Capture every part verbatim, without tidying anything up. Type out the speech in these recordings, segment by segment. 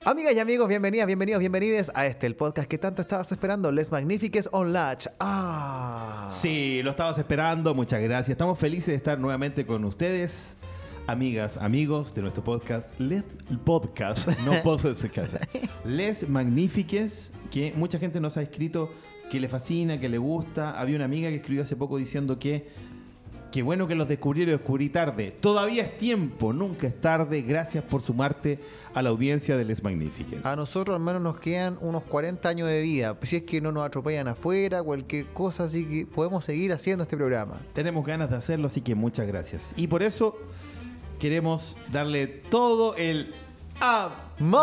Amigas y amigos, bienvenidas, bienvenidos, bienvenides a este, el podcast que tanto estabas esperando, Les Magnifiques on Latch. Ah. Sí, lo estabas esperando, muchas gracias. Estamos felices de estar nuevamente con ustedes, amigas, amigos de nuestro podcast, Les Podcast, no podcast, Les Magnifiques, que mucha gente nos ha escrito que le fascina, que le gusta. Había una amiga que escribió hace poco diciendo que qué bueno que los descubrí y los descubrí tarde. Todavía es tiempo, nunca es tarde. Gracias por sumarte a la audiencia de Les Magnifiques. A nosotros al menos nos quedan unos cuarenta años de vida. Si es que no nos atropellan afuera, cualquier cosa, así que podemos seguir haciendo este programa. Tenemos ganas de hacerlo, así que muchas gracias. Y por eso queremos darle todo el amor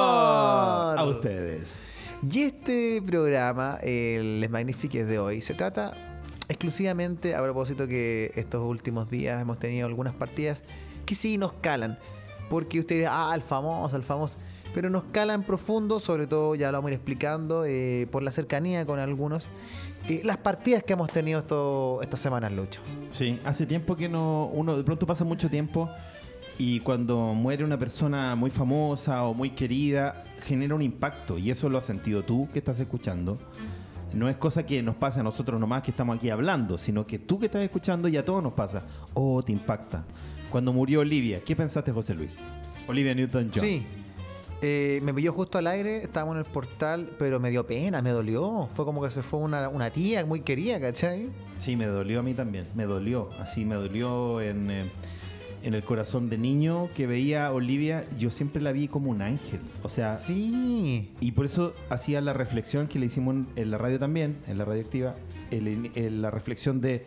a ustedes. Y este programa, el Les Magnifiques de hoy, se trata exclusivamente, a propósito que estos últimos días hemos tenido algunas partidas que sí nos calan, porque ustedes, ah, el famoso, el famoso, pero nos calan profundo, sobre todo, ya lo vamos a ir explicando, eh, por la cercanía con algunos, eh, las partidas que hemos tenido esto, estas semanas, Lucho. Sí, hace tiempo que no, uno de pronto pasa mucho tiempo y cuando muere una persona muy famosa o muy querida, genera un impacto, y eso lo has sentido tú que estás escuchando. No es cosa que nos pase a nosotros nomás que estamos aquí hablando, sino que tú que estás escuchando y a todos nos pasa. Oh, te impacta. Cuando murió Olivia, ¿qué pensaste, José Luis? Olivia Newton-John. Sí, eh, me pilló justo al aire, estábamos en el portal, pero me dio pena, me dolió. Fue como que se fue una, una tía muy querida, ¿cachai? Sí, me dolió a mí también, me dolió. Así me dolió en... Eh, en el corazón de niño que veía a Olivia. Yo siempre la vi como un ángel. O sea, sí. Y por eso hacía la reflexión que le hicimos en, en la radio también, en la radioactiva, el, el, la reflexión de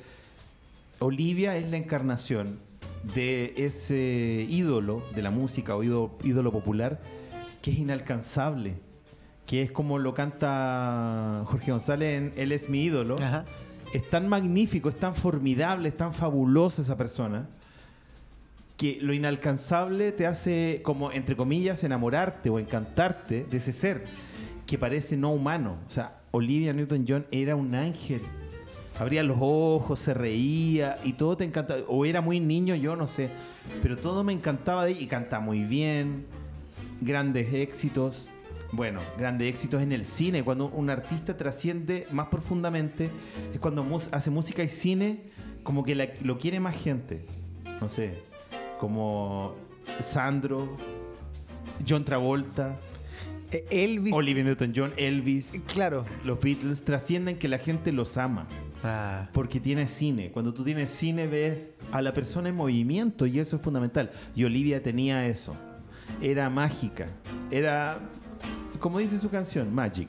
Olivia es la encarnación de ese ídolo de la música o ídolo, ídolo popular que es inalcanzable, que es como lo canta Jorge González en Él es mi ídolo. Ajá. Es tan magnífico, es tan formidable, es tan fabulosa esa persona, que lo inalcanzable te hace, como entre comillas, enamorarte o encantarte de ese ser que parece no humano. O sea, Olivia Newton-John era un ángel. Abría los ojos, se reía y todo te encantaba. O era muy niño, yo no sé. Pero todo me encantaba de ella. Y canta muy bien. Grandes éxitos. Bueno, grandes éxitos en el cine. Cuando un artista trasciende más profundamente es cuando mus- hace música y cine, como que la, lo quiere más gente. No sé, como Sandro, John Travolta, Elvis. Olivia Newton-John, Elvis. Claro. Los Beatles trascienden que la gente los ama. Ah. Porque tiene cine. Cuando tú tienes cine ves a la persona en movimiento, y eso es fundamental. Y Olivia tenía eso. Era mágica. Era, como dice su canción, Magic.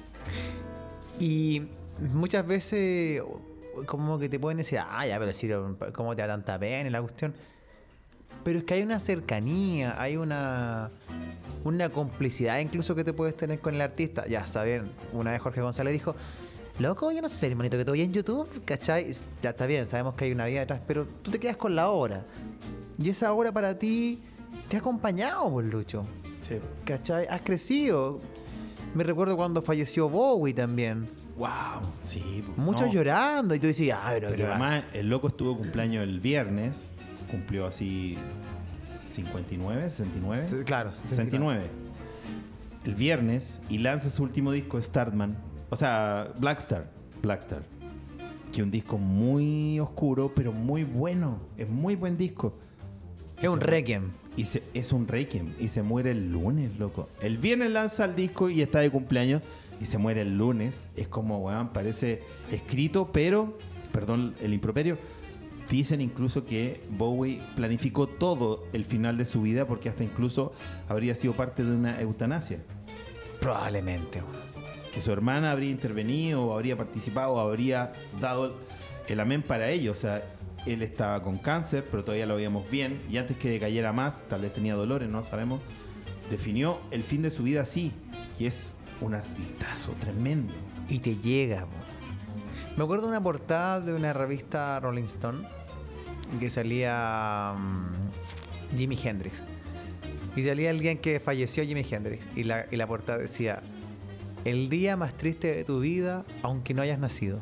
Y muchas veces como que te pueden decir, ah, ya, pero si, ¿cómo te da tanta pena la cuestión? Pero es que hay una cercanía, hay una una complicidad incluso que te puedes tener con el artista. Ya saben, una vez Jorge González dijo, loco, yo no sé, hermanito, que te voy en YouTube, ¿cachai? Ya está bien, sabemos que hay una vida detrás, pero tú te quedas con la obra. Y esa obra para ti te ha acompañado, pues, Lucho. Sí. ¿Cachai? Has crecido. Me recuerdo cuando falleció Bowie también. Wow, sí. Muchos no. llorando y tú decías, ah, pero, Pero ¿qué además el loco estuvo cumpleaños el viernes. Cumplió así cincuenta y nueve, sesenta y nueve. Sí, claro, sesenta y nueve. El viernes, y lanza su último disco, Starman. O sea, Blackstar. Blackstar. Que es un disco muy oscuro, pero muy bueno. Es muy buen disco. Es un requiem. Y se, es un requiem. Y se muere el lunes, loco. El viernes lanza el disco y está de cumpleaños. Y se muere el lunes. Es como, weón, parece escrito, pero, perdón el improperio, dicen incluso que Bowie planificó todo el final de su vida, porque hasta incluso habría sido parte de una eutanasia. Probablemente. Que su hermana habría intervenido, o habría participado, o habría dado el amén para ello. O sea, él estaba con cáncer, pero todavía lo veíamos bien. Y antes que decayera más, tal vez tenía dolores, no sabemos. Definió el fin de su vida así. Y es un artistazo tremendo. Y te llega, po. Me acuerdo de una portada de una revista Rolling Stone que salía um, Jimi Hendrix. Y salía el día en que falleció Jimi Hendrix. Y la, y la portada decía, el día más triste de tu vida, aunque no hayas nacido.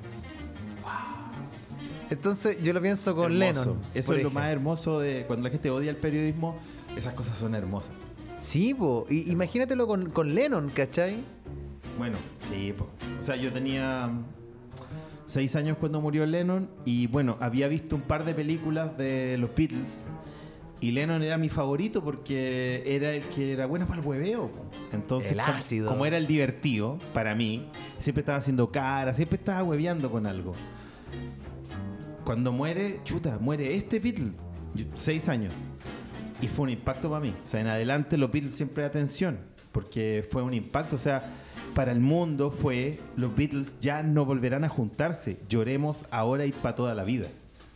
Wow. Entonces yo lo pienso con Hermoso. Lennon. Eso es lo más hermoso de cuando la gente odia el periodismo. Esas cosas son hermosas. Sí, po. Y, imagínatelo con, con Lennon, ¿cachai? Bueno, sí, po. O sea, yo tenía seis años cuando murió Lennon y bueno, había visto un par de películas de los Beatles y Lennon era mi favorito porque era el que era bueno para el hueveo. Po. Entonces, El como, ácido. como era el divertido para mí, siempre estaba haciendo cara, siempre estaba hueveando con algo. Cuando muere, chuta, muere este Beatle, yo- seis años. Y fue un impacto para mí. O sea, en adelante los Beatles siempre atención, porque fue un impacto. O sea, para el mundo fue, los Beatles ya no volverán a juntarse. Lloremos ahora y para toda la vida.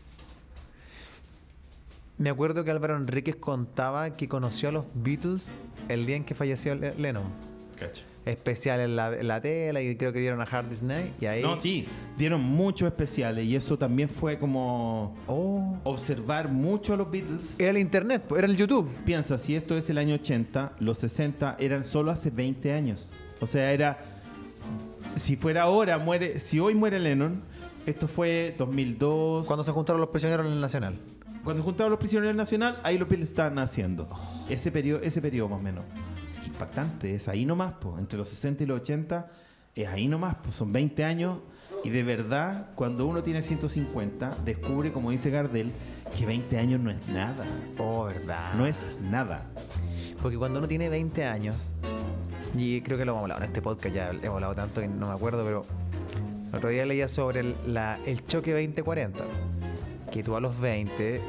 Me acuerdo que Álvaro Enríquez contaba que conoció a los Beatles el día en que falleció Le- Lennon. Cacha. Especial en la, en la tela y creo que dieron a Hard Disney y ahí... No, sí, dieron muchos especiales y eso también fue como Oh. observar mucho a los Beatles. Era el internet, po, era el YouTube. Piensa, si esto es el año ochenta, los sesenta eran solo hace veinte años. O sea, era... Si fuera ahora, muere... Si hoy muere Lennon, esto fue dos mil dos... Cuando se juntaron los prisioneros en el Nacional. Cuando juntaron los prisioneros nacional, ahí los Beatles estaban naciendo. Ese periodo, ese periodo más o menos. Impactante, es ahí nomás, pues. Entre los sesenta y los ochenta, es ahí nomás, pues. Son veinte años. Y de verdad, cuando uno tiene ciento cincuenta, descubre, como dice Gardel, que veinte años no es nada. Oh, verdad. No es nada. Porque cuando uno tiene veinte años, y creo que lo hemos hablado en este podcast, ya hemos hablado tanto que no me acuerdo, pero el otro día leía sobre el, la- el choque veinte cuarenta. Que tú a los veinte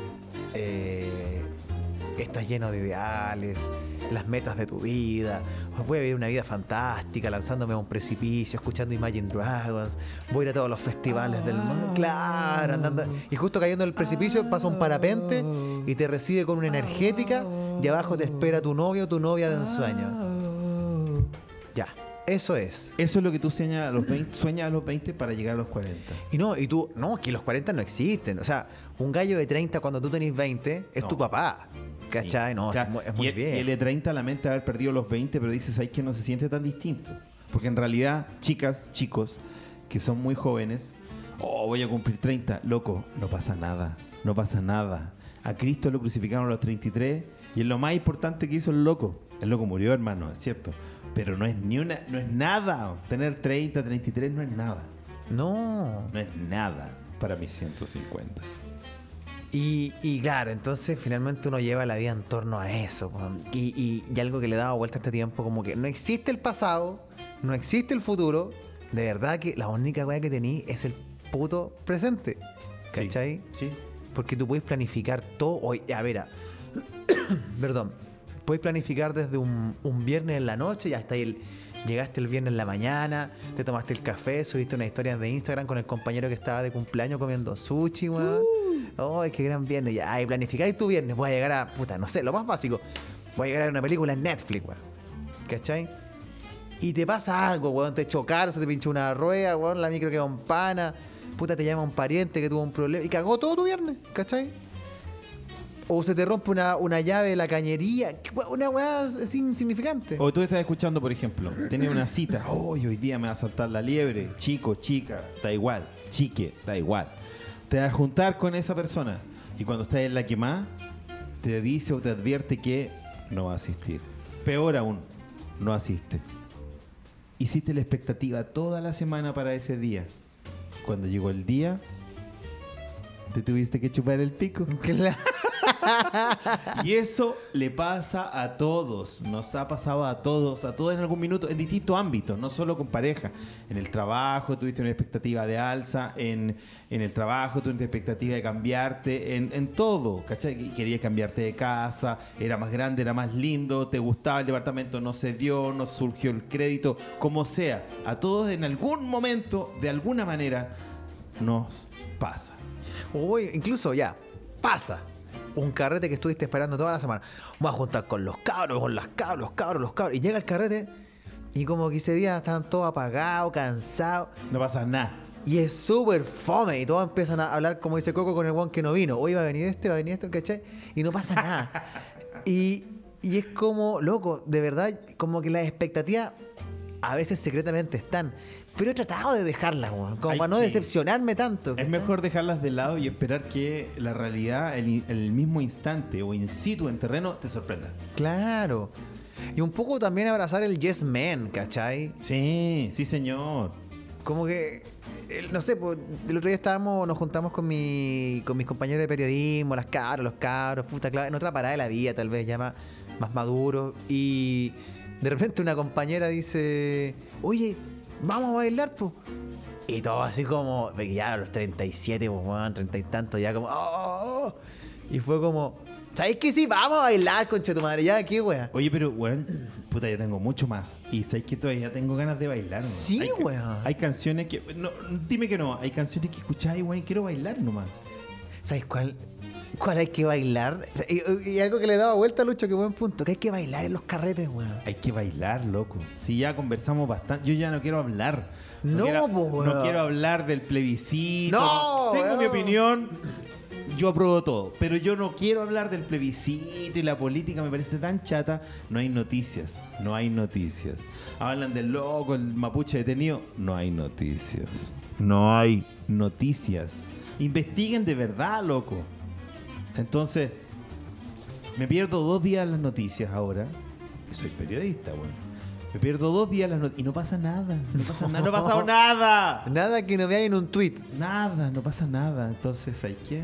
eh, estás lleno de ideales, las metas de tu vida. Voy a vivir una vida fantástica, lanzándome a un precipicio, escuchando Imagine Dragons. Voy a ir a todos los festivales del mundo. Claro, andando. Y justo cayendo del precipicio pasa un parapente y te recibe con una energética. Y abajo te espera tu novio o tu novia de ensueño. Ya, eso es. Eso es lo que tú sueñas a los veinte, sueñas a los veinte para llegar a los cuarenta. Y no, y tú, no, que los cuarenta no existen. O sea, un gallo de treinta cuando tú tenés veinte es No. tu papá. ¿Cachai? Sí. No, Claro, es muy, es muy y el, bien. y el de treinta lamenta haber perdido los veinte, pero dices, ¿sabes que no se siente tan distinto? Porque en realidad, chicas, chicos, que son muy jóvenes, oh, voy a cumplir treinta, loco, no pasa nada, no pasa nada. A Cristo lo crucificaron a los treinta y tres y es lo más importante que hizo el loco. El loco murió, hermano, es cierto. Pero no es ni una, no es nada. Tener treinta, treinta y tres no es nada. No. No es nada para mis ciento cincuenta. Y, y claro, entonces finalmente uno lleva la vida en torno a eso. po. Y, y, y algo que le daba vuelta a este tiempo, como que no existe el pasado, no existe el futuro. De verdad que la única weá que tení es el puto presente. ¿Cachai? Sí. Porque tú puedes planificar todo. Hoy, a ver, a- perdón. Puedes planificar desde un, un viernes en la noche y hasta el. Llegaste el viernes en la mañana, te tomaste el café, subiste una historia de Instagram con el compañero que estaba de cumpleaños comiendo sushi, weón. ¡Ay, qué gran viernes! Ya, ay, planificáis tu viernes. Voy a llegar a. Puta, no sé, lo más básico. Voy a llegar a ver una película en Netflix, weón. ¿Cachai? Y te pasa algo, weón. Te chocaron, se te pinchó una rueda, weón. La micro quedó en pana. Puta, te llama un pariente que tuvo un problema. Y cagó todo tu viernes, ¿cachai? O se te rompe una, una llave de la cañería. Una weá es insignificante. O tú estás escuchando, por ejemplo, tenés una cita, oh, hoy día me va a saltar la liebre, chico, chica, da igual, chique, da igual. Te vas a juntar con esa persona y cuando estás en la quemada, te dice o te advierte que no va a asistir. Peor aún, no asiste. Hiciste la expectativa toda la semana para ese día. Cuando llegó el día, te tuviste que chupar el pico. Claro. Y eso le pasa a todos, nos ha pasado a todos, a todos en algún minuto, en distintos ámbitos, no solo con pareja. En el trabajo tuviste una expectativa de alza, en, en el trabajo tuviste una expectativa de cambiarte, en, en todo, ¿cachai? Querías cambiarte de casa, era más grande, era más lindo, te gustaba el departamento, no se dio, no surgió el crédito, como sea. A todos en algún momento, de alguna manera, nos pasa. O incluso ya, pasa. Un carrete que estuviste esperando toda la semana. Voy a juntar con los cabros, con las cabros, los cabros, los cabros. Y llega el carrete y como que ese día están todos apagados, cansados. No pasa nada. Y es súper fome. Y todos empiezan a hablar, como dice Coco, con el guan que no vino. Hoy va a venir este, va a venir este, ¿cachai? Y no pasa nada. y, y es como, loco, de verdad, como que las expectativas a veces secretamente están. Pero he tratado de dejarlas, weón, como Ay, para no sí. decepcionarme tanto. Es ¿cachai? mejor dejarlas de lado y esperar que la realidad, el, el mismo instante o in situ en terreno, te sorprenda. Claro. Y un poco también abrazar el yes man, ¿cachai? Sí, sí, señor. Como que, el- no sé, pues, el otro día estábamos, nos juntamos con mi, con mis compañeros de periodismo, las cabras, los cabros, puta, claro, en otra parada de la vida, tal vez ya más, más maduro. Y de repente una compañera dice, oye, vamos a bailar, pues. Y todo así como, porque ya a los treinta y siete, pues, weón, treinta y tantos, ya como, oh, oh, oh. Y fue como, ¿sabes qué? Sí, vamos a bailar, concha de tu madre, ya aquí, weón. Oye, pero, weón, puta, yo tengo mucho más. Y sabes que todavía tengo ganas de bailar, weón. Sí, Hay ca- weón. Hay canciones que. No, dime que no. Hay canciones que escucháis, weón, y quiero bailar nomás. ¿Sabes cuál? ¿Cuál hay que bailar? Y, y algo que le daba vuelta a Lucho, que buen punto, que hay que bailar en los carretes, weón. Hay que bailar, loco. Si ya conversamos bastante. Yo ya no quiero hablar. No, quiero, po, weón. no quiero hablar del plebiscito. No, Tengo weón. mi opinión. Yo apruebo todo. Pero yo no quiero hablar del plebiscito y la política. Me parece tan chata. No hay noticias. No hay noticias. Hablan del loco, el mapuche detenido. No hay noticias. No hay noticias. Investiguen de verdad, loco. Entonces, me pierdo dos días las noticias ahora. Soy periodista, bueno. Me pierdo dos días las noticias y no pasa nada. No pasa nada. No ha pasado nada. Nada que no veáis en un tweet. Nada, no pasa nada. Entonces hay que.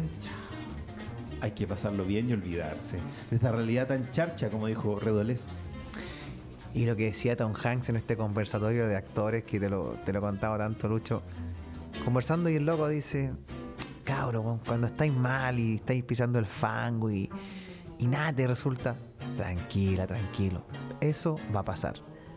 Hay que pasarlo bien y olvidarse de esta realidad tan charcha, como dijo Redolés. Y lo que decía Tom Hanks en este conversatorio de actores, que te lo, te lo contaba tanto, Lucho. Conversando y el loco dice, cabro, weón, cuando estáis mal y estáis pisando el fango y, y nada te resulta, tranquila, tranquilo. Eso va a pasar.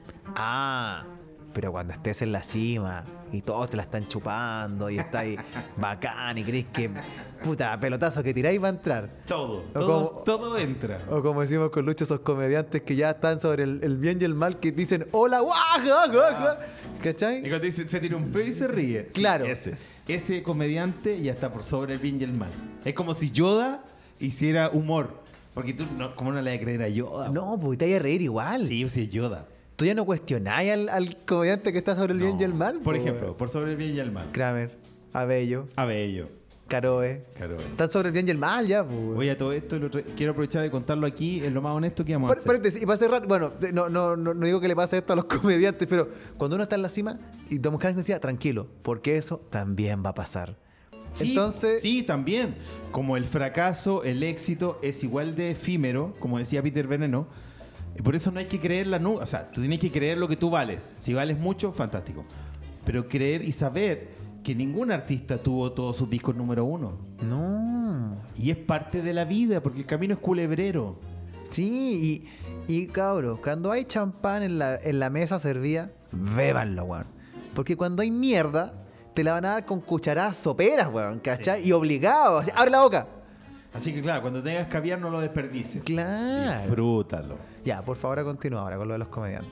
Ah, pero cuando estés en la cima y todos te la están chupando y estáis bacán y creéis que, puta, pelotazo que tiráis va a entrar. Todo, O todo, como- todo entra. O como decimos con Lucho, esos comediantes que ya están sobre el, el bien y el mal, que dicen, hola, guau, guau, guau, guau. Y ¿Cachai? cuando dice, se tira un peo y se ríe. Sí, Claro. Ese, ese comediante ya está por sobre el bien y el mal. Es como si Yoda hiciera humor. Porque tú, no, ¿cómo no le vas a creer a Yoda? No, pues te vas a reír igual. Sí, sí, es Yoda. Tú ya no cuestionáis al, al comediante que está sobre el bien No. y el mal. Por po, ejemplo, weón. por sobre el bien y el mal. Kramer, Abello, Abello. Caroe. Claro. Están sobre el bien y el mal ya, pues. weón. Oye, a todo esto, el otro- quiero aprovechar de contarlo aquí, es lo más honesto que vamos a Par- hacer. paréntesis, y para cerrar, bueno, de- no, no, no, no digo que le pase esto a los comediantes, pero cuando uno está en la cima, y Tom Hanks decía, tranquilo, porque eso también va a pasar. Sí, Entonces, sí, también. Como el fracaso, el éxito es igual de efímero, como decía Peter Veneno. Y por eso no hay que creer la nube. O sea, tú tienes que creer lo que tú vales. Si vales mucho, fantástico. Pero creer y saber que ningún artista tuvo todos sus discos número uno. no. Y es parte de la vida, porque el camino es culebrero. Sí, y, y cabros, cuando hay champán en la, en la mesa servida, bébanlo, weón. Porque cuando hay mierda, te la van a dar con cucharadas soperas, weón, ¿cachai? Y obligados. ¡Abre la boca! Así que claro, cuando tengas caviar no lo desperdicies. Claro. Disfrútalo. Ya, por favor, continúa ahora con lo de los comediantes.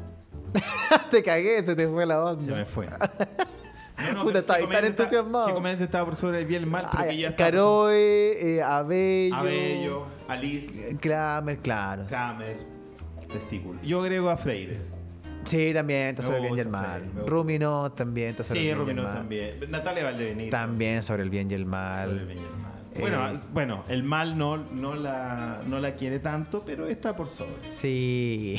Te cagué, se te fue la voz. Se me fue. No, Puta, pero estaba ¿qué tan comediante entusiasmado. está- ¿Qué comediante estaba por sobre el bien y el mal? Pero que ya está por Caroe, eh, Abello, sobre- Abello, Alice, Kramer, claro. Kramer, testículo. Yo agrego a Freire. Sí, también está Me sobre el bien y el gusta, mal. sí, me gusta. Rumino también está sobre Sí, el bien y Rubino el mal. también. Natalia Valdebenito. También sobre el bien y el Sobre el mal. bien y el mal. Eh, Bueno, bueno, el mal no, no, la, no la quiere tanto, pero está por sobre. Sí.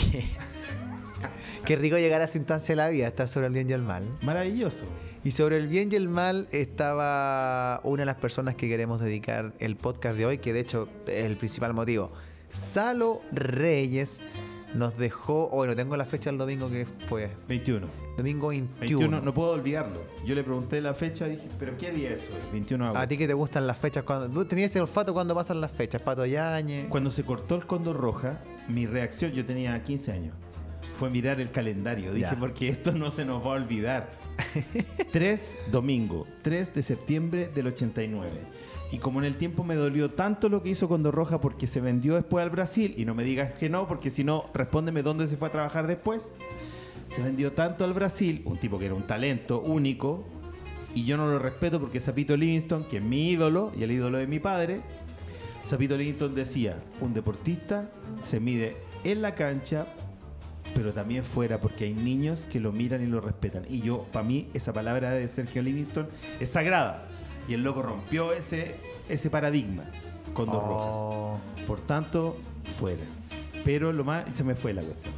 Qué rico llegar a esa instancia de la vida, estar sobre el bien y el mal. Maravilloso. Y sobre el bien y el mal estaba una de las personas que queremos dedicar el podcast de hoy, que de hecho es el principal motivo. Salo Reyes nos dejó, hoy no tengo la fecha del domingo que fue, veintiuno. domingo veintiuno. veintiuno, no puedo olvidarlo. Yo le pregunté la fecha y dije, ¿pero qué día es hoy? veintiuno de agosto. A ti que te gustan las fechas, cuando tú tenías ese olfato cuando pasan las fechas, Pato Yañez. Cuando se cortó el cóndor roja, mi reacción, yo tenía quince años, fue mirar el calendario. Dije, Ya. porque esto no se nos va a olvidar. tres, domingo, tres de septiembre del ochenta y nueve. Y como en el tiempo me dolió tanto lo que hizo Cóndor Roja porque se vendió después al Brasil, y no me digas que no, porque si no, respóndeme dónde se fue a trabajar después. Se vendió tanto al Brasil, un tipo que era un talento único, y yo no lo respeto porque Zapito Livingston, que es mi ídolo y el ídolo de mi padre, Zapito Livingston decía, un deportista se mide en la cancha, pero también fuera, porque hay niños que lo miran y lo respetan. Y yo, para mí, esa palabra de Sergio Livingston es sagrada. Y el loco rompió ese, ese paradigma con dos Oh. rojas. Por tanto, fuera. Pero lo más... Se me fue la cuestión.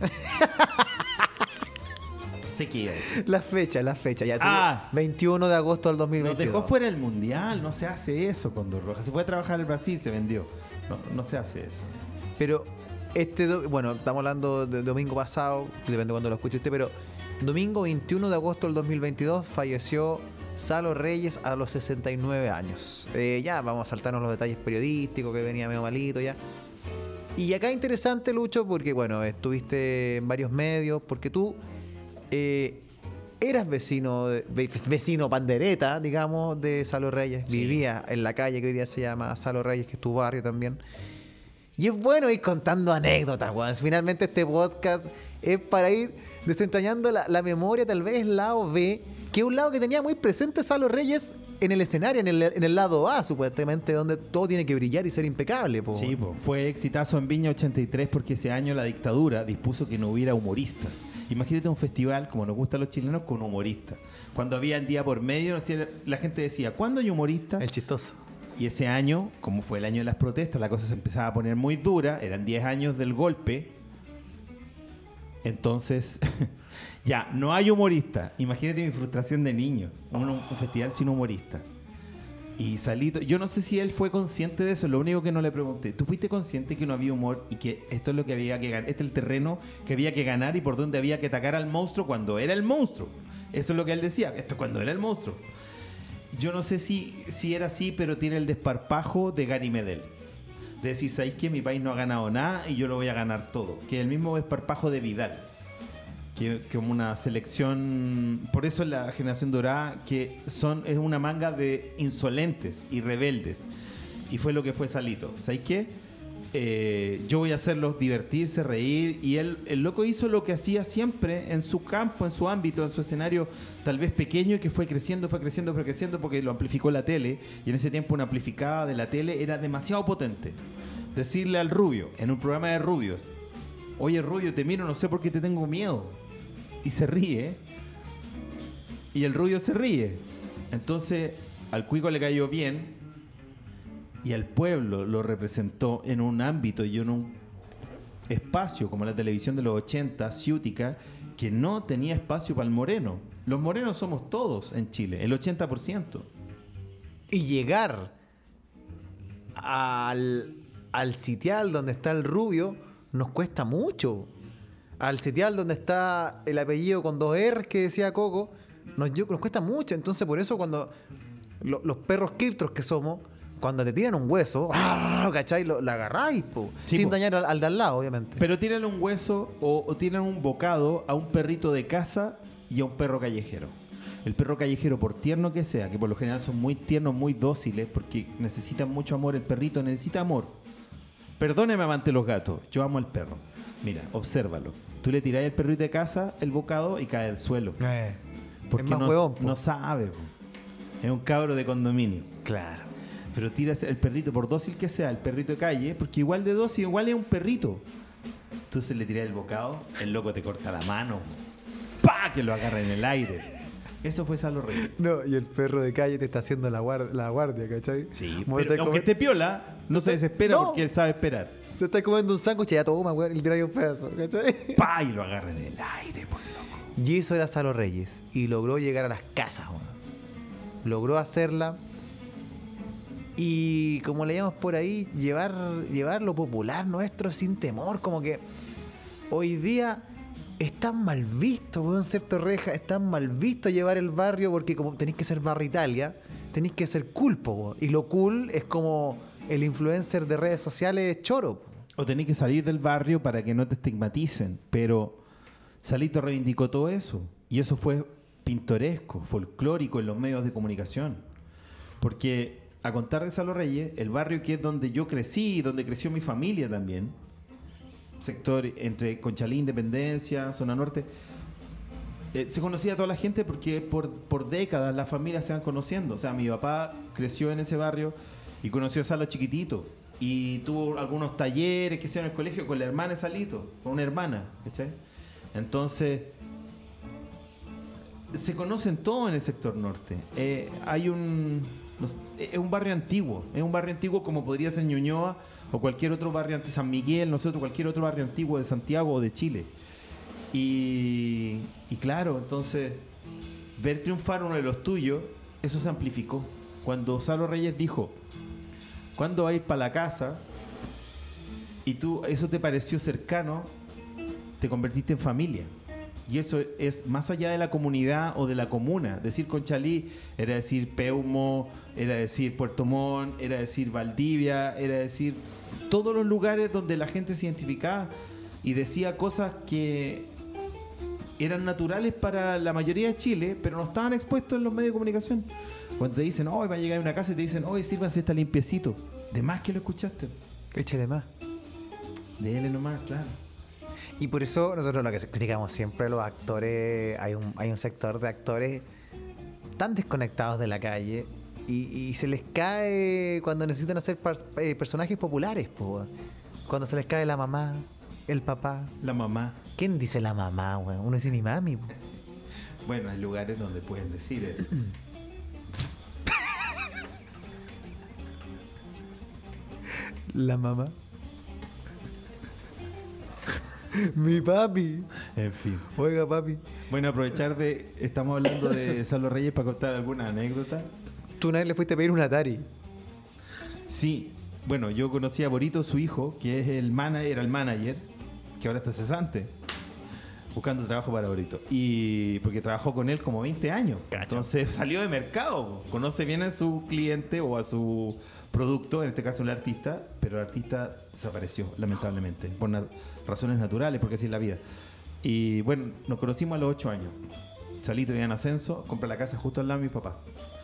sé qué iba a decir. La fecha, la fecha. Ya Ah. veintiuno de agosto del dos mil veintidós. Nos dejó fuera el mundial. No se hace eso con Dos Rojas. Se fue a trabajar en Brasil, se vendió. No, no se hace eso. Pero este... do- Bueno, estamos hablando de domingo pasado. Depende de cuando lo escuche usted, pero... Domingo veintiuno de agosto del dos mil veintidós falleció Salo Reyes a los sesenta y nueve años. Eh, ya, vamos a saltarnos los detalles periodísticos, que venía medio malito ya. Y acá interesante, Lucho, porque bueno, estuviste en varios medios, porque tú eh, eras vecino, de- ve- vecino pandereta, digamos, de Salo Reyes. Sí. Vivía en la calle que hoy día se llama Salo Reyes, que es tu barrio también. Y es bueno ir contando anécdotas, weón. Finalmente este podcast es para ir desentrañando la, la memoria, tal vez lado B, que es un lado que tenía muy presente Salo Reyes en el escenario, en el, en el lado A, supuestamente, donde todo tiene que brillar y ser impecable, po. Sí, po. Fue exitazo en Viña ochenta y tres porque ese año la dictadura dispuso que no hubiera humoristas. Imagínate un festival, como nos gusta a los chilenos, con humoristas. Cuando había el día por medio, la gente decía, ¿cuándo hay humoristas? El chistoso. Y ese año, como fue el año de las protestas, la cosa se empezaba a poner muy dura. Eran diez años del golpe. Entonces, ya, no hay humorista. Imagínate mi frustración de niño. Un, un festival sin humorista. Y Salito, yo no sé si él fue consciente de eso, lo único que no le pregunté. ¿Tú fuiste consciente que no había humor y que esto es lo que había que ganar? Este es el terreno que había que ganar y por donde había que atacar al monstruo cuando era el monstruo. Eso es lo que él decía, esto cuando era el monstruo. Yo no sé si, si era así, pero tiene el desparpajo de Gary Medel. De decir, ¿sabéis que mi país no ha ganado nada y yo lo voy a ganar todo? Que el mismo desparpajo de Vidal. Que, que como una selección... Por eso la generación dorada, que son es una manga de insolentes y rebeldes. Y fue lo que fue Salito. ¿Sabéis qué? Eh, yo voy a hacerlos divertirse, reír. Y él, el loco hizo lo que hacía siempre en su campo, en su ámbito, en su escenario tal vez pequeño, y que fue creciendo, fue creciendo, fue creciendo porque lo amplificó la tele. Y en ese tiempo una amplificada de la tele era demasiado potente. Decirle al Rubio, en un programa de Rubios, oye Rubio, te miro, no sé por qué te tengo miedo. Y se ríe. Y el Rubio se ríe. Entonces al Cuico le cayó bien. Y al pueblo lo representó en un ámbito y en un espacio como la televisión de los ochenta, ciútica, que no tenía espacio para el moreno. Los morenos somos todos en Chile, el ochenta por ciento. Y llegar al, al sitial donde está el Rubio nos cuesta mucho. Al sitial donde está el apellido con dos R que decía Coco, nos, yo- nos cuesta mucho. Entonces, por eso, cuando lo- los perros criptros que somos, cuando te tiran un hueso, ¡ah! ¿Cachai? Lo, la agarráis, po. Sí, sin po. dañar al, al de al lado, obviamente. Pero tiran un hueso o, o tiran un bocado a un perrito de casa y a un perro callejero. El perro callejero, por tierno que sea, que por lo general son muy tiernos, muy dóciles, porque necesitan mucho amor, el perrito necesita amor. Perdóneme, amante de los gatos, yo amo al perro. Mira, obsérvalo. Tú le tirás al perrito de casa el bocado y cae al suelo. Eh, Porque es más no, huevón, po. no sabe. Po. Es un cabro de condominio. Claro. Pero tiras el perrito, por dócil que sea, el perrito de calle, porque igual de dócil, igual es un perrito. Entonces le tiras el bocado, el loco te corta la mano. ¡Pah! Que lo agarra en el aire. Eso fue Salo Reyes. No, y el perro de calle te está haciendo la, guar- la guardia, ¿cachai? Sí, Como pero te aunque comen- esté piola, no se desespera No. porque él sabe esperar. Se está comiendo un sándwich y ya toma, weón, y le trae un pedazo, ¿cachai? ¡Pah! Y lo agarra en el aire, por loco. Y eso era Salo Reyes. Y logró llegar a las casas, weón. Logró hacerla. Y como le llamamos por ahí, llevar, llevar lo popular nuestro sin temor. Como que hoy día es tan mal visto, weón, ser Torreja. Es tan mal visto llevar el barrio porque como tenéis que ser Barrio Italia, tenéis que ser cool, po, weón. Y lo cool es como el influencer de redes sociales choro. O tenés que salir del barrio para que no te estigmaticen. Pero Salito reivindicó todo eso. Y eso fue pintoresco, folclórico en los medios de comunicación. Porque, a contar de Salo Reyes, el barrio que es donde yo crecí y donde creció mi familia también, sector entre Conchalí, Independencia, Zona Norte, eh, se conocía a toda la gente porque por, por décadas las familias se van conociendo. O sea, mi papá creció en ese barrio y conoció a Salo chiquitito. Y tuvo algunos talleres que hicieron en el colegio con la hermana de Salito, con una hermana, ¿cachai? Entonces, se conocen todos en el sector norte. Eh, hay un... no sé, es un barrio antiguo. Es un barrio antiguo como podría ser Ñuñoa o cualquier otro barrio de San Miguel, nosotros, cualquier otro barrio antiguo de Santiago o de Chile. Y, y claro, entonces, ver triunfar uno de los tuyos, eso se amplificó. Cuando Salo Reyes dijo, ¿cuándo va a ir para la casa? Y tú, eso te pareció cercano, te convertiste en familia. Y eso es más allá de la comunidad o de la comuna. Decir Conchalí era decir Peumo, era decir Puerto Montt, era decir Valdivia, era decir todos los lugares donde la gente se identificaba y decía cosas que eran naturales para la mayoría de Chile, pero no estaban expuestos en los medios de comunicación. Cuando te dicen, hoy va a llegar a una casa y te dicen, hoy sírvanse esta limpiecito. De más que lo escuchaste. Eche de más. Dele nomás, claro. Y por eso nosotros lo que criticamos siempre a los actores, hay un, hay un sector de actores tan desconectados de la calle y, y se les cae cuando necesitan hacer par, eh, personajes populares, po. Cuando se les cae la mamá, el papá. La mamá. ¿Quién dice la mamá, güey? Uno dice mi mami, po. Bueno, hay lugares donde pueden decir eso. La mamá. Mi papi. En fin. Oiga, papi. Bueno, aprovechar de... Estamos hablando de Salo Reyes para contar alguna anécdota. Tú una vez le fuiste a pedir un Atari. Sí. Bueno, yo conocí a Borito, su hijo, que es el manager, era el manager, que ahora está cesante, buscando trabajo para Borito. Y porque trabajó con él como veinte años. Cacho. Entonces salió de mercado. Conoce bien a su cliente o a su producto, en este caso el artista, pero el artista desapareció, lamentablemente, por na- razones naturales, porque así es la vida. Y bueno, nos conocimos a los ocho años. Salí todavía en ascenso, compré la casa justo al lado de mi papá.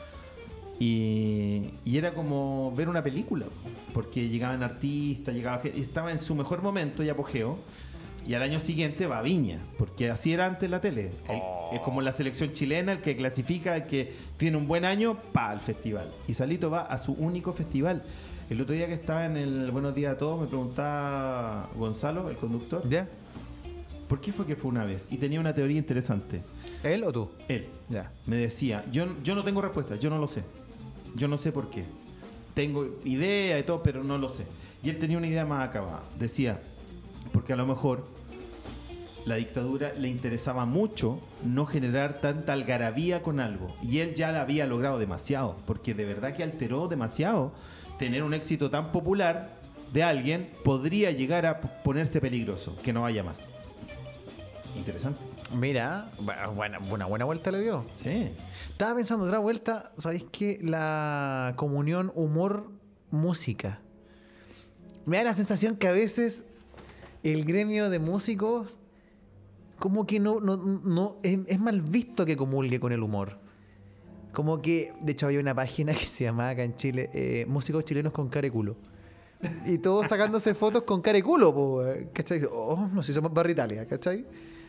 Y, y era como ver una película, porque llegaban artistas, llegaba gente, y estaba en su mejor momento y apogeo. Y al año siguiente va a Viña, porque así era antes la tele. El- Oh. Es como la selección chilena, el que clasifica, el que tiene un buen año, pa, al festival. Y Salito va a su único festival. El otro día que estaba en el Buenos Días a Todos, me preguntaba Gonzalo, el conductor, ¿Ya? ¿por qué fue que fue una vez? Y tenía una teoría interesante. ¿Él o tú? Él Ya. me decía, yo, yo no tengo respuesta, yo no lo sé. Yo no sé por qué. Tengo idea y todo, pero no lo sé. Y él tenía una idea más acabada. Decía, porque a lo mejor la dictadura le interesaba mucho no generar tanta algarabía con algo. Y él ya la había logrado demasiado, porque de verdad que alteró demasiado. Tener un éxito tan popular de alguien podría llegar a p- ponerse peligroso, que no vaya más. Interesante. Mira, bu- buena, una buena vuelta le dio. Sí. Estaba pensando otra vuelta, ¿sabéis qué? La comunión humor-música. Me da la sensación que a veces el gremio de músicos como que no, no, no es, es mal visto que comulgue con el humor. Como que, de hecho, había una página que se llamaba acá en Chile eh, Músicos Chilenos con Cara y Culo. Y todos sacándose fotos con cara y culo, po, eh, ¿cachai? Oh, no sé, somos Barrio Italia, ¿cachai?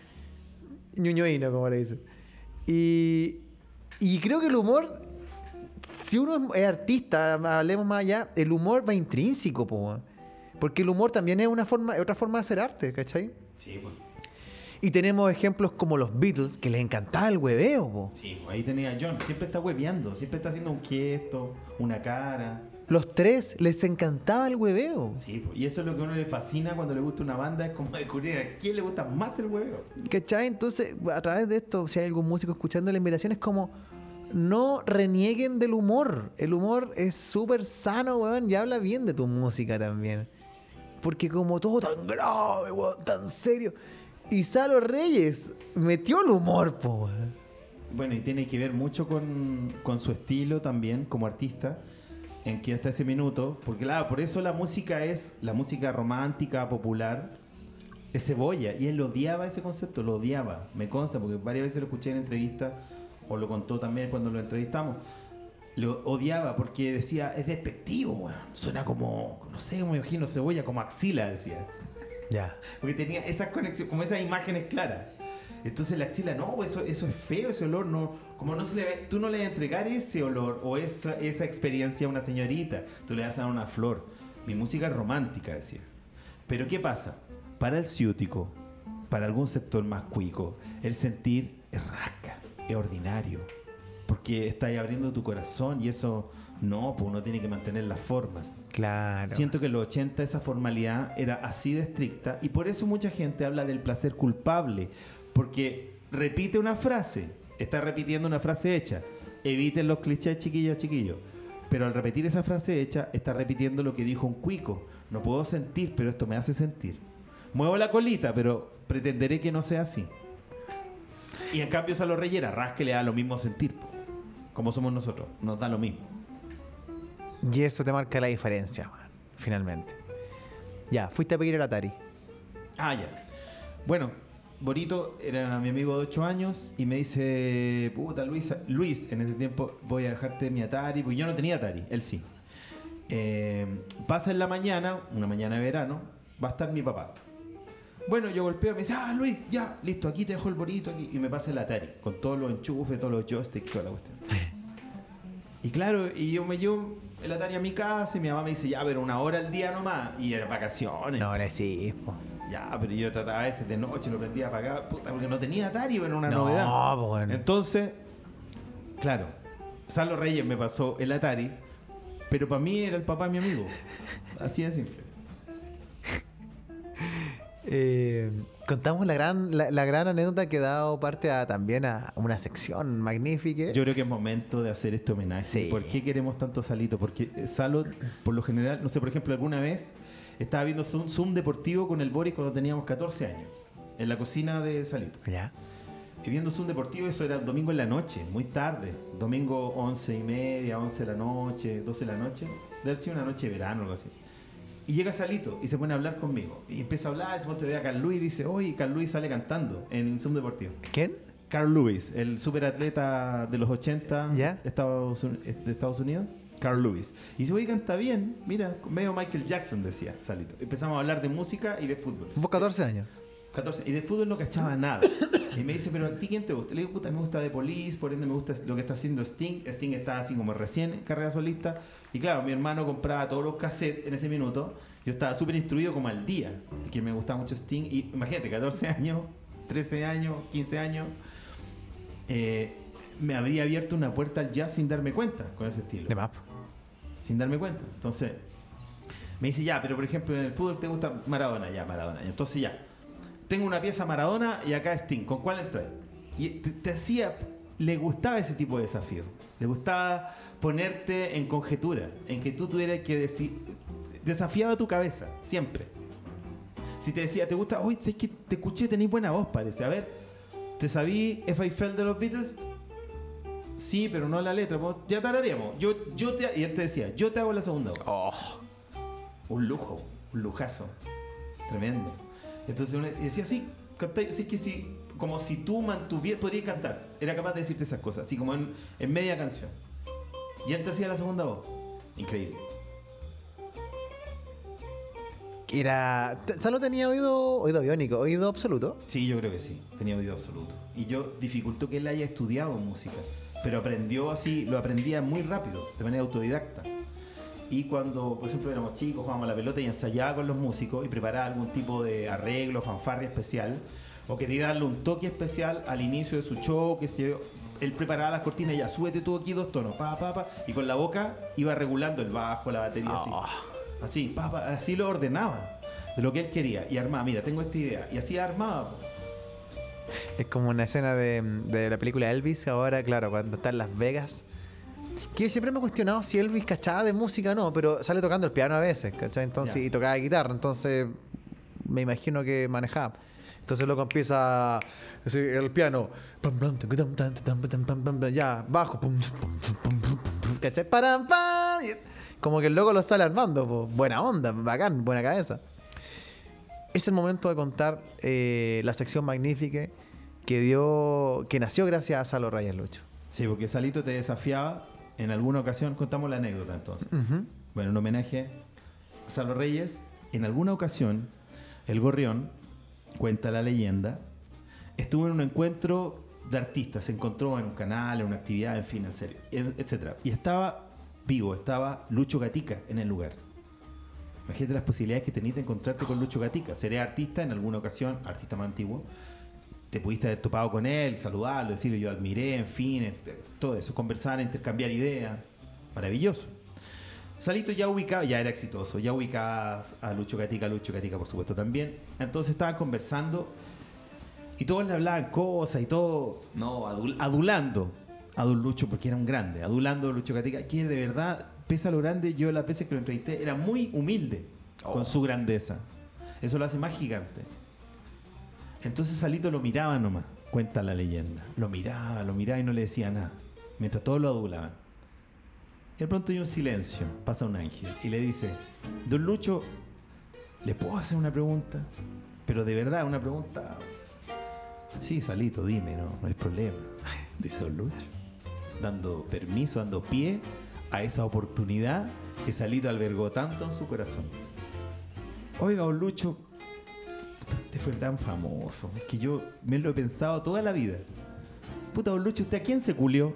Ñuñoíno, como le dicen. Y, y creo que el humor, si uno es, es artista, hablemos más allá, el humor va intrínseco, po, porque el humor también es una forma, es otra forma de hacer arte, ¿cachai? Sí, pues. Y tenemos ejemplos como los Beatles, que les encantaba el hueveo, po. Sí, ahí tenía a John. Siempre está hueveando, siempre está haciendo un gesto, una cara. Los tres les encantaba el hueveo. Sí, pues, y eso es lo que a uno le fascina cuando le gusta una banda, es como descubrir a quién le gusta más el hueveo. ¿Cachai? Entonces, a través de esto, si hay algún músico escuchando la invitación, es como no renieguen del humor. El humor es súper sano, weón, y habla bien de tu música también. Porque como todo tan grave, weón, tan serio. Y Salo Reyes metió el humor, po, weón. Bueno, y tiene que ver mucho con, con su estilo también como artista, en que hasta ese minuto, porque claro, por eso la música es, la música romántica, popular, es cebolla, y él odiaba ese concepto, lo odiaba, me consta, porque varias veces lo escuché en entrevistas, o lo contó también cuando lo entrevistamos, lo odiaba porque decía, es despectivo, weón. Suena como, no sé, me imagino cebolla, como axila, decía. Ya. Porque tenía esas conexiones, como esas imágenes claras. Entonces la axila, no, eso, eso es feo, ese olor, no, como no se le, tú no le vas a entregar ese olor o esa, esa experiencia a una señorita, tú le vas a dar una flor. Mi música es romántica, decía. Pero ¿qué pasa? Para el ciútico, para algún sector más cuico, el sentir es rasca, es ordinario. ¿Por porque estás abriendo tu corazón y eso no, pues uno tiene que mantener las formas. Claro. Siento que en los ochenta esa formalidad era así de estricta y por eso mucha gente habla del placer culpable, porque repite una frase, está repitiendo una frase hecha. Eviten los clichés, chiquillas, chiquillos. Pero al repetir esa frase hecha, está repitiendo lo que dijo un cuico. No puedo sentir, pero esto me hace sentir. Muevo la colita, pero pretenderé que no sea así. Y en cambio Salo Reyes era ras que le da lo mismo sentir. Como somos nosotros, nos da lo mismo. Y eso te marca la diferencia, man, finalmente. Ya, fuiste a pedir el Atari. Ah, ya. Bueno, Borito era mi amigo de ocho años y me dice, puta, Luis, Luis, en ese tiempo voy a dejarte mi Atari, porque yo no tenía Atari, él sí. Eh, pasa en la mañana, una mañana de verano, va a estar mi papá. Bueno, yo golpeo y me dice, ah, Luis, ya, listo, aquí te dejo el Borito, aquí, y me pasa el Atari, con todos los enchufes, todos los joysticks, toda la cuestión. Y claro, y yo me llevo el Atari a mi casa y mi mamá me dice, ya, pero una hora al día nomás, y eran vacaciones. No, ahora sí, po. Ya, pero yo trataba a veces de noche, lo prendía a apagar, puta, porque no tenía Atari, era una No, novedad. pues bueno. Entonces, claro, Salo Reyes me pasó el Atari, pero para mí era el papá de mi amigo. Así de simple. Eh, contamos la gran, la, la gran anécdota que ha dado parte a, también a una sección magnífica. Yo creo que es momento de hacer este homenaje. Sí. ¿Por qué queremos tanto Salito? Porque Salo, por lo general, no sé, por ejemplo, alguna vez estaba viendo Zoom, Zoom deportivo con el Boris cuando teníamos catorce años, en la cocina de Salito. Ya. Y viendo Zoom deportivo, eso era domingo en la noche, muy tarde. Domingo once y media, once de la noche, doce de la noche. Debe haber sido una noche de verano o algo así. Y llega Salito y se pone a hablar conmigo. Y empieza a hablar, y se ve a Carl Lewis y dice, oye, Carl Lewis sale cantando en Zoom deportivo. ¿Quién? Carl Lewis, el superatleta de los ochenta ¿Ya? Estados, de Estados Unidos. Carl Lewis. Y dice, oye, canta bien. Mira, medio Michael Jackson, decía Salito. Empezamos a hablar de música y de fútbol. Vos catorce años. catorce. Y de fútbol no cachaba nada. Y me dice, pero ¿a ti quién te gusta? Le digo, puta, me gusta The Police, por ende me gusta lo que está haciendo Sting. Sting está así como recién en carrera solista. Y claro, mi hermano compraba todos los cassettes en ese minuto. Yo estaba súper instruido como al día, que me gustaba mucho Sting. Y imagínate, catorce años, trece años, quince años. Eh, me habría abierto una puerta al jazz sin darme cuenta con ese estilo. De map. Sin darme cuenta. Entonces, me dice, ya, pero por ejemplo en el fútbol te gusta Maradona. Ya, Maradona. Entonces ya, tengo una pieza Maradona y acá Sting. ¿Con cuál entras? Y te, te hacía... Le gustaba ese tipo de desafío. Le gustaba ponerte en conjetura, en que tú tuvieras que decir... Desafiaba tu cabeza, siempre. Si te decía, ¿te gusta? Uy, ¿sabes que te escuché? Tenés buena voz, parece. A ver, ¿te sabí If I Fell de los Beatles? Sí, pero no la letra. Ya tararíamos. Yo, yo te, y él te decía, yo te hago la segunda voz. Oh. Un lujo, un lujazo. Tremendo. Entonces uno decía, sí, cantáis, así que sí, como si tú mantuvieras, podrías cantar. Era capaz de decirte esas cosas, así como en, en media canción. Y él te hacía la segunda voz. Increíble. Era... ¿Salo tenía oído, oído biónico, oído absoluto? Sí, yo creo que sí. Tenía oído absoluto. Y yo dificultó que él haya estudiado música. Pero aprendió así, lo aprendía muy rápido, de manera autodidacta. Y cuando, por ejemplo, éramos chicos, jugábamos a la pelota y ensayaba con los músicos y preparaba algún tipo de arreglo, fanfarria especial, o quería darle un toque especial al inicio de su show, que se, él preparaba las cortinas, ya, súbete tú aquí dos tonos, pa, pa, pa, y con la boca iba regulando el bajo, la batería, así. Oh. Así, pa, pa, así lo ordenaba, de lo que él quería, y armaba, mira, tengo esta idea, y así armaba. Es como una escena de, de la película Elvis, ahora, claro, cuando está en Las Vegas. Que yo siempre me he cuestionado si Elvis cachaba de música o no, pero sale tocando el piano a veces, ¿cachai? Entonces, Ya. y tocaba guitarra, entonces me imagino que manejaba. Entonces luego empieza así, el piano, ya, bajo, ¿cachai? Param, pam, y como que el loco lo sale armando, po. Buena onda, bacán, buena cabeza. Es el momento de contar eh, la sección magnífica que dio, que nació gracias a Salo Reyes, Lucho. Sí, porque Salito te desafiaba en alguna ocasión, contamos la anécdota entonces. Uh-huh. Bueno, en homenaje a Salo Reyes, en alguna ocasión, el Gorrión, cuenta la leyenda, estuvo en un encuentro de artistas, se encontró en un canal, en una actividad, en fin, en serio, etcétera. Y estaba vivo, estaba Lucho Gatica en el lugar. Imagínate las posibilidades que tenías de encontrarte con Lucho Gatica. Seré artista en alguna ocasión, artista más antiguo, te pudiste haber topado con él, saludarlo, decirle yo admiré, en fin, todo eso, conversar, intercambiar ideas, maravilloso. Salito ya ubicaba, ya era exitoso, ya ubicaba a Lucho Gatica, Lucho Gatica por supuesto también. Entonces estaban conversando y todos le hablaban cosas y todo, no, adul, adulando a Don Lucho porque era un grande, adulando a Lucho Gatica, que de verdad, pese a lo grande, yo las veces que lo entrevisté era muy humilde oh. con su grandeza. Eso lo hace más gigante. Entonces Salito lo miraba nomás, cuenta la leyenda. Lo miraba, lo miraba y no le decía nada, mientras todos lo adulaban. Y de pronto hay un silencio, pasa un ángel y le dice, Don Lucho, ¿le puedo hacer una pregunta? Pero de verdad, una pregunta... Sí, Salito, dime, no, no hay problema, dice Don Lucho, dando permiso, dando pie a esa oportunidad que Salito albergó tanto en su corazón. Oiga, Don Lucho, usted fue tan famoso, es que yo me lo he pensado toda la vida. Puta, Don Lucho, ¿usted a quién se culió?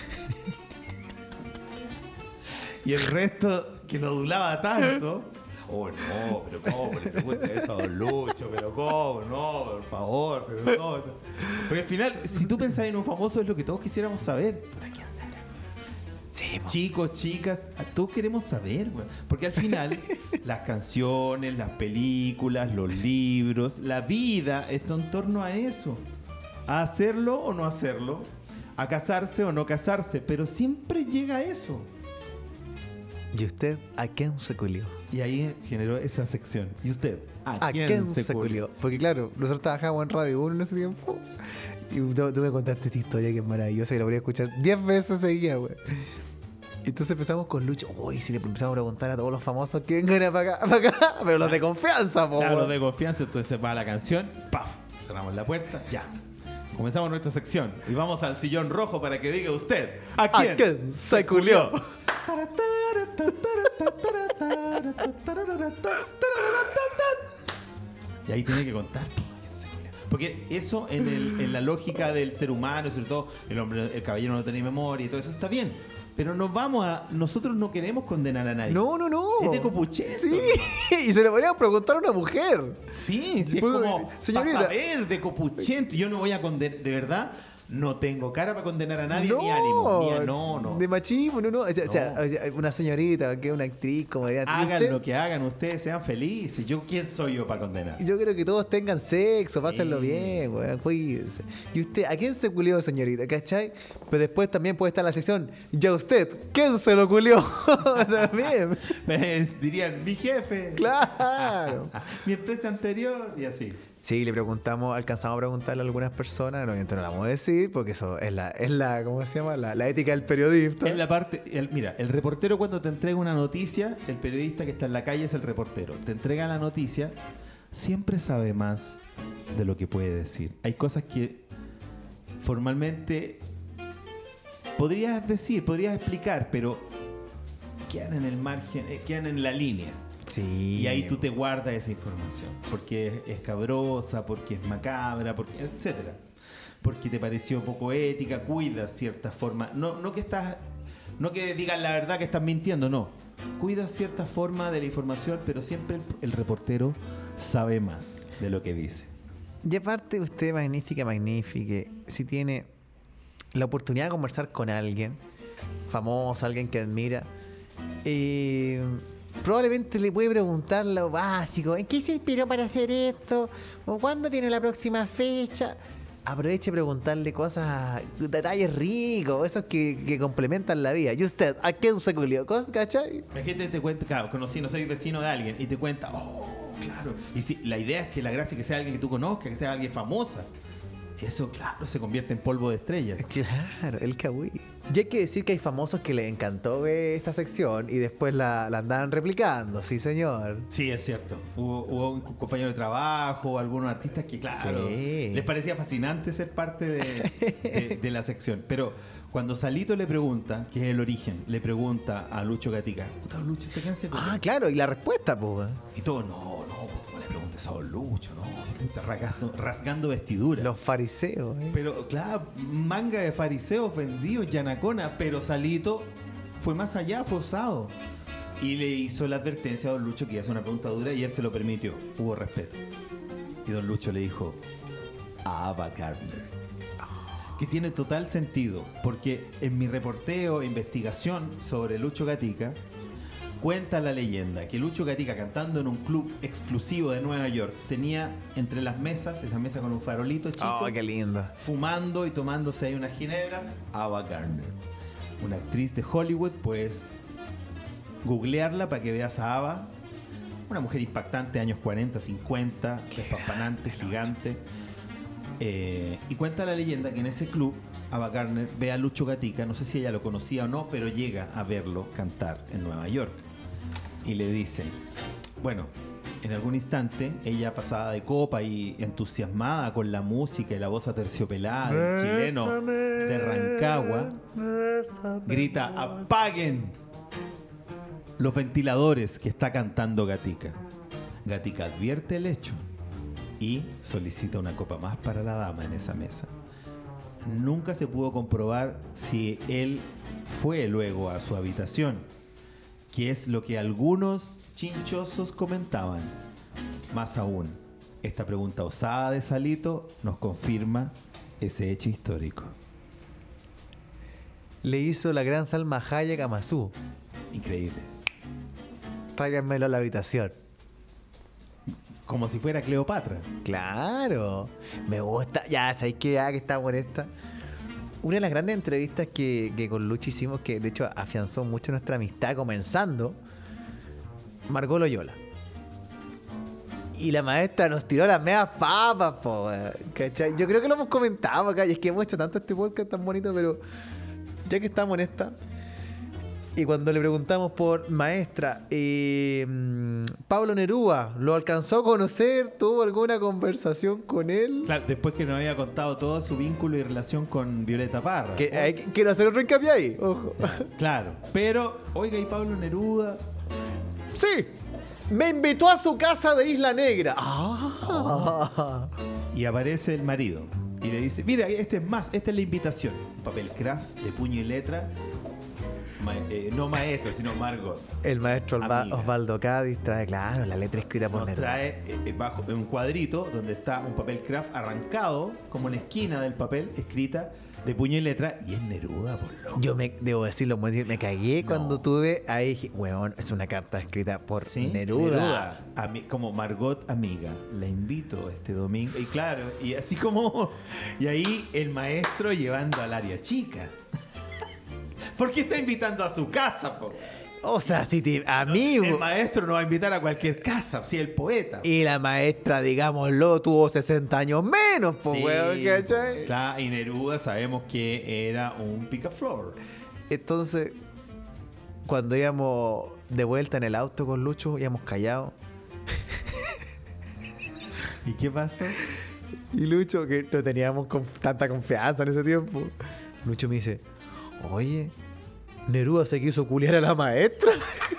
Y el resto, que lo adulaba tanto... Oh, no, pero ¿cómo le pregunta eso a Don Lucho? Pero ¿cómo? No, por favor, pero no. Porque al final, si tú pensás en un famoso, es lo que todos quisiéramos saber. ¿Para quién será? Sí, chicos, chicas, todos queremos saber, güey. Porque al final, las canciones, las películas, los libros, la vida está en torno a eso. A hacerlo o no hacerlo, a casarse o no casarse, pero siempre llega a eso. ¿Y usted a quién se culió? Y ahí generó esa sección. ¿Y usted? ¿A, ¿A quién, quién se, se culió? Porque claro, nosotros trabajábamos en Radio uno en ese tiempo. Y tú, tú me contaste esta historia que es maravillosa y la voy a escuchar diez veces seguida, güey. Entonces empezamos con Lucho. Uy, si le empezamos a preguntar a todos los famosos que vengan para acá, para acá. Pero los de confianza, po. Claro, los de confianza. Entonces va la canción. ¡Paf! Cerramos la puerta. Ya. Comenzamos nuestra sección. Y vamos al sillón rojo para que diga usted. ¿A quién, ¿A quién se culió? Y ahí tiene que contar. Porque eso en, el, en la lógica del ser humano, sobre todo el hombre, el caballero no tiene memoria y todo eso está bien. Pero nos vamos a... Nosotros no queremos condenar a nadie. No, no, no. Es de copuchento. Sí, y se le podría preguntar a una mujer. Sí, sí, es como... Señorita, para saber de copuchento. Yo no voy a condenar... De verdad... No tengo cara para condenar a nadie, no, ni ánimo, ni a, no, no. De machismo, no, no. O sea, no. O sea, una señorita, que es una actriz, comediante. Hagan usted, lo que hagan, ustedes sean felices. Yo, ¿quién soy yo para condenar? Yo creo que todos tengan sexo, pásenlo sí. bien, weón, cuídense. ¿Y usted, a quién se culió, señorita? ¿Cachai? Pero después también puede estar la sección, ¿y a usted, quién se lo culió? También. Pues, dirían, mi jefe. Claro. Mi empresa anterior, y así. Sí, le preguntamos, alcanzamos a preguntarle a algunas personas, no, no la vamos a decir, porque eso es la, es la ¿cómo se llama? La, la ética del periodista. Es la parte, el, mira, el reportero cuando te entrega una noticia, el periodista que está en la calle es el reportero. Te entrega la noticia, siempre sabe más de lo que puede decir. Hay cosas que formalmente podrías decir, podrías explicar, pero quedan en el margen, quedan en la línea. Sí. Y ahí tú te guardas esa información porque es escabrosa, porque es macabra, porque, etcétera. Porque te pareció poco ética, cuidas cierta forma. No, no que estás, no que digas la verdad que estás mintiendo, no. Cuidas cierta forma de la información, pero siempre el, el reportero sabe más de lo que dice. Y aparte, usted, magnífica, magnífica, si tiene la oportunidad de conversar con alguien famoso, alguien que admira, eh, probablemente le puede preguntar lo básico. ¿En qué se inspiró para hacer esto? ¿O cuándo tiene la próxima fecha? Aproveche preguntarle cosas, detalles ricos, esos que, que complementan la vida. ¿Y usted, a quién se culió? ¿Cachai? La gente te cuenta, claro, conocí, no soy vecino de alguien, y te cuenta, oh, claro. Y si la idea es que la gracia es que sea alguien que tú conozcas, que sea alguien famosa. Eso, claro, se convierte en polvo de estrellas. Claro, el kawaii. Y hay que decir que hay famosos que les encantó esta sección y después la, la andaban replicando, sí, señor. Sí, es cierto. Hubo, hubo un compañero de trabajo, algunos artistas que, claro, sí, les parecía fascinante ser parte de, de, de la sección. Pero cuando Salito le pregunta, que es el origen, le pregunta a Lucho Gatica, puta, Lucho, ¿usted cansa? Ah, claro, y la respuesta, pues. Y todo, no, no, porque no le preguntes a Lucho, no. Rasgando, rasgando vestiduras. Los fariseos. ¿eh? Pero, claro, manga de fariseos vendidos, Yanacona, pero Salito fue más allá, fue osado. Y le hizo la advertencia a don Lucho que iba a hacer una pregunta dura y él se lo permitió. Hubo respeto. Y don Lucho le dijo, a Ava Gardner. Que tiene total sentido, porque en mi reporteo e investigación sobre Lucho Gatica, cuenta la leyenda que Lucho Gatica, cantando en un club exclusivo de Nueva York, tenía entre las mesas, esa mesa con un farolito chico, Oh, qué lindo. fumando y tomándose ahí unas ginebras, Ava Gardner, una actriz de Hollywood. Pues googlearla para que veas a Ava, una mujer impactante, años cuarenta, cincuenta, despampanante, gigante. Eh, y cuenta la leyenda que en ese club Ava Gardner ve a Lucho Gatica, no sé si ella lo conocía o no, pero llega a verlo cantar en Nueva York. Y le dice, bueno, en algún instante, ella pasada de copa y entusiasmada con la música y la voz aterciopelada del chileno de Rancagua, grita, apaguen los ventiladores que está cantando Gatica. Gatica advierte el hecho y solicita una copa más para la dama en esa mesa. Nunca se pudo comprobar si él fue luego a su habitación, que es lo que algunos chinchosos comentaban. Más aún, esta pregunta osada de Salito nos confirma ese hecho histórico. Le hizo la gran Salma Hayek a Mazú. Increíble. Tráiganmelo a la habitación. Como si fuera Cleopatra. Claro. Me gusta. Ya, ¿sabéis que ya que estamos en esta? Una de las grandes entrevistas que, que con Lucho hicimos, que de hecho afianzó mucho nuestra amistad comenzando, Margot Loyola. Y la maestra nos tiró las medias papas, po, ¿cachai? Yo creo que lo hemos comentado acá, y es que hemos hecho tanto este podcast tan bonito, pero ya que estamos en esta, y cuando le preguntamos por maestra, eh, Pablo Neruda, ¿lo alcanzó a conocer? ¿Tuvo alguna conversación con él? Claro, después que nos había contado todo su vínculo y relación con Violeta Parra. Que, hay, quiero hacer otro hincapié ahí, ojo. Claro, pero, oiga, ¿y Pablo Neruda? Sí, me invitó a su casa de Isla Negra. Ah. Y aparece el marido y le dice, mira, este es más, esta es la invitación. Un papel craft de puño y letra. Ma eh, no maestro, sino Margot. El maestro Osva Amiga. Osvaldo Cádiz trae, claro, la letra escrita por Nos Neruda. trae eh, bajo un cuadrito donde está un papel craft arrancado, como en la esquina del papel, escrita de puño y letra, y es Neruda, por loco. Yo me debo decirlo, me cagué No. cuando tuve ahí, dije, weón, es una carta escrita por ¿Sí? Neruda. Ami- como Margot amiga, la invito este domingo. Y claro, y así como. Y ahí el maestro llevando al área chica. ¿Por qué está invitando a su casa, po? O sea, si te, a mí... El maestro no va a invitar a cualquier casa, si el poeta. Y la maestra, digámoslo, tuvo sesenta años menos, pues, Sí, weón, ¿cachai? claro, y Neruda sabemos que era un picaflor. Entonces, cuando íbamos de vuelta en el auto con Lucho, íbamos callados. ¿Y qué pasó? Y Lucho, que no teníamos conf- tanta confianza en ese tiempo, Lucho me dice, oye, Neruda se quiso culiar a la maestra.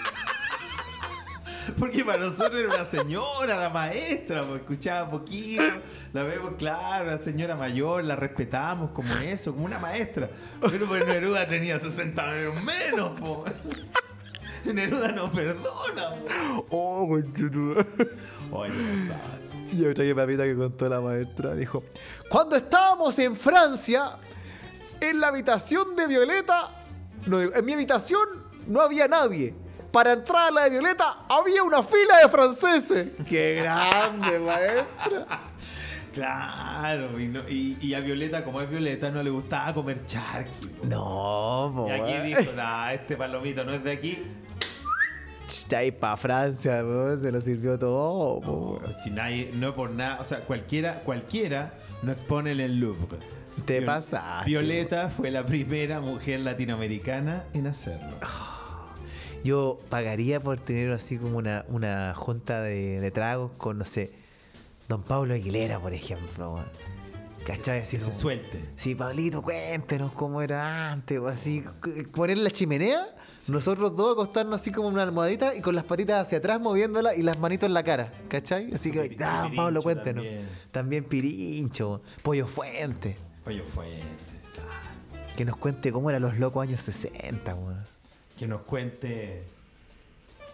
Porque para nosotros era una señora, la maestra, pues, escuchaba poquito, la vemos, claro, la señora mayor, la respetamos como eso, como una maestra. Pero pues Neruda tenía sesenta años menos, po. Neruda no perdona, po. Oh, conchetumare. Ay, no sabe. Y otra que papita que contó la maestra dijo, cuando estábamos en Francia, en la habitación de Violeta, no, en mi habitación no había nadie. Para entrar a la de Violeta había una fila de franceses. ¡Qué grande, maestra! Claro, y, no- y- y a Violeta, como es Violeta, no le gustaba comer charqui. po. No, po, Y aquí weón. dijo, nah, este palomito no es de aquí. Está ahí para Francia, weón, se lo sirvió todo. po, No, weón. si nadie, no por nada, o sea, cualquiera, cualquiera no expone en el Louvre. Te Viol- pasaste, Violeta fue la primera mujer latinoamericana en hacerlo. Yo pagaría por tener así como una, una junta de, de tragos con, no sé, Don Pablo Aguilera, por ejemplo, weón. ¿Cachai? Así Que se como, suelte. sí, Pablito, cuéntenos cómo era antes, o así, c- poner la chimenea, nosotros dos acostarnos así como en una almohadita y con las patitas hacia atrás moviéndolas y las manitos en la cara, ¿cachai? Así que, Piri- ah, Pablo, Pirincho cuéntenos. también. También Pirincho, Pollo Fuente, Pollo Fuente, claro. que nos cuente cómo eran los locos años sesenta, weón. Que nos cuente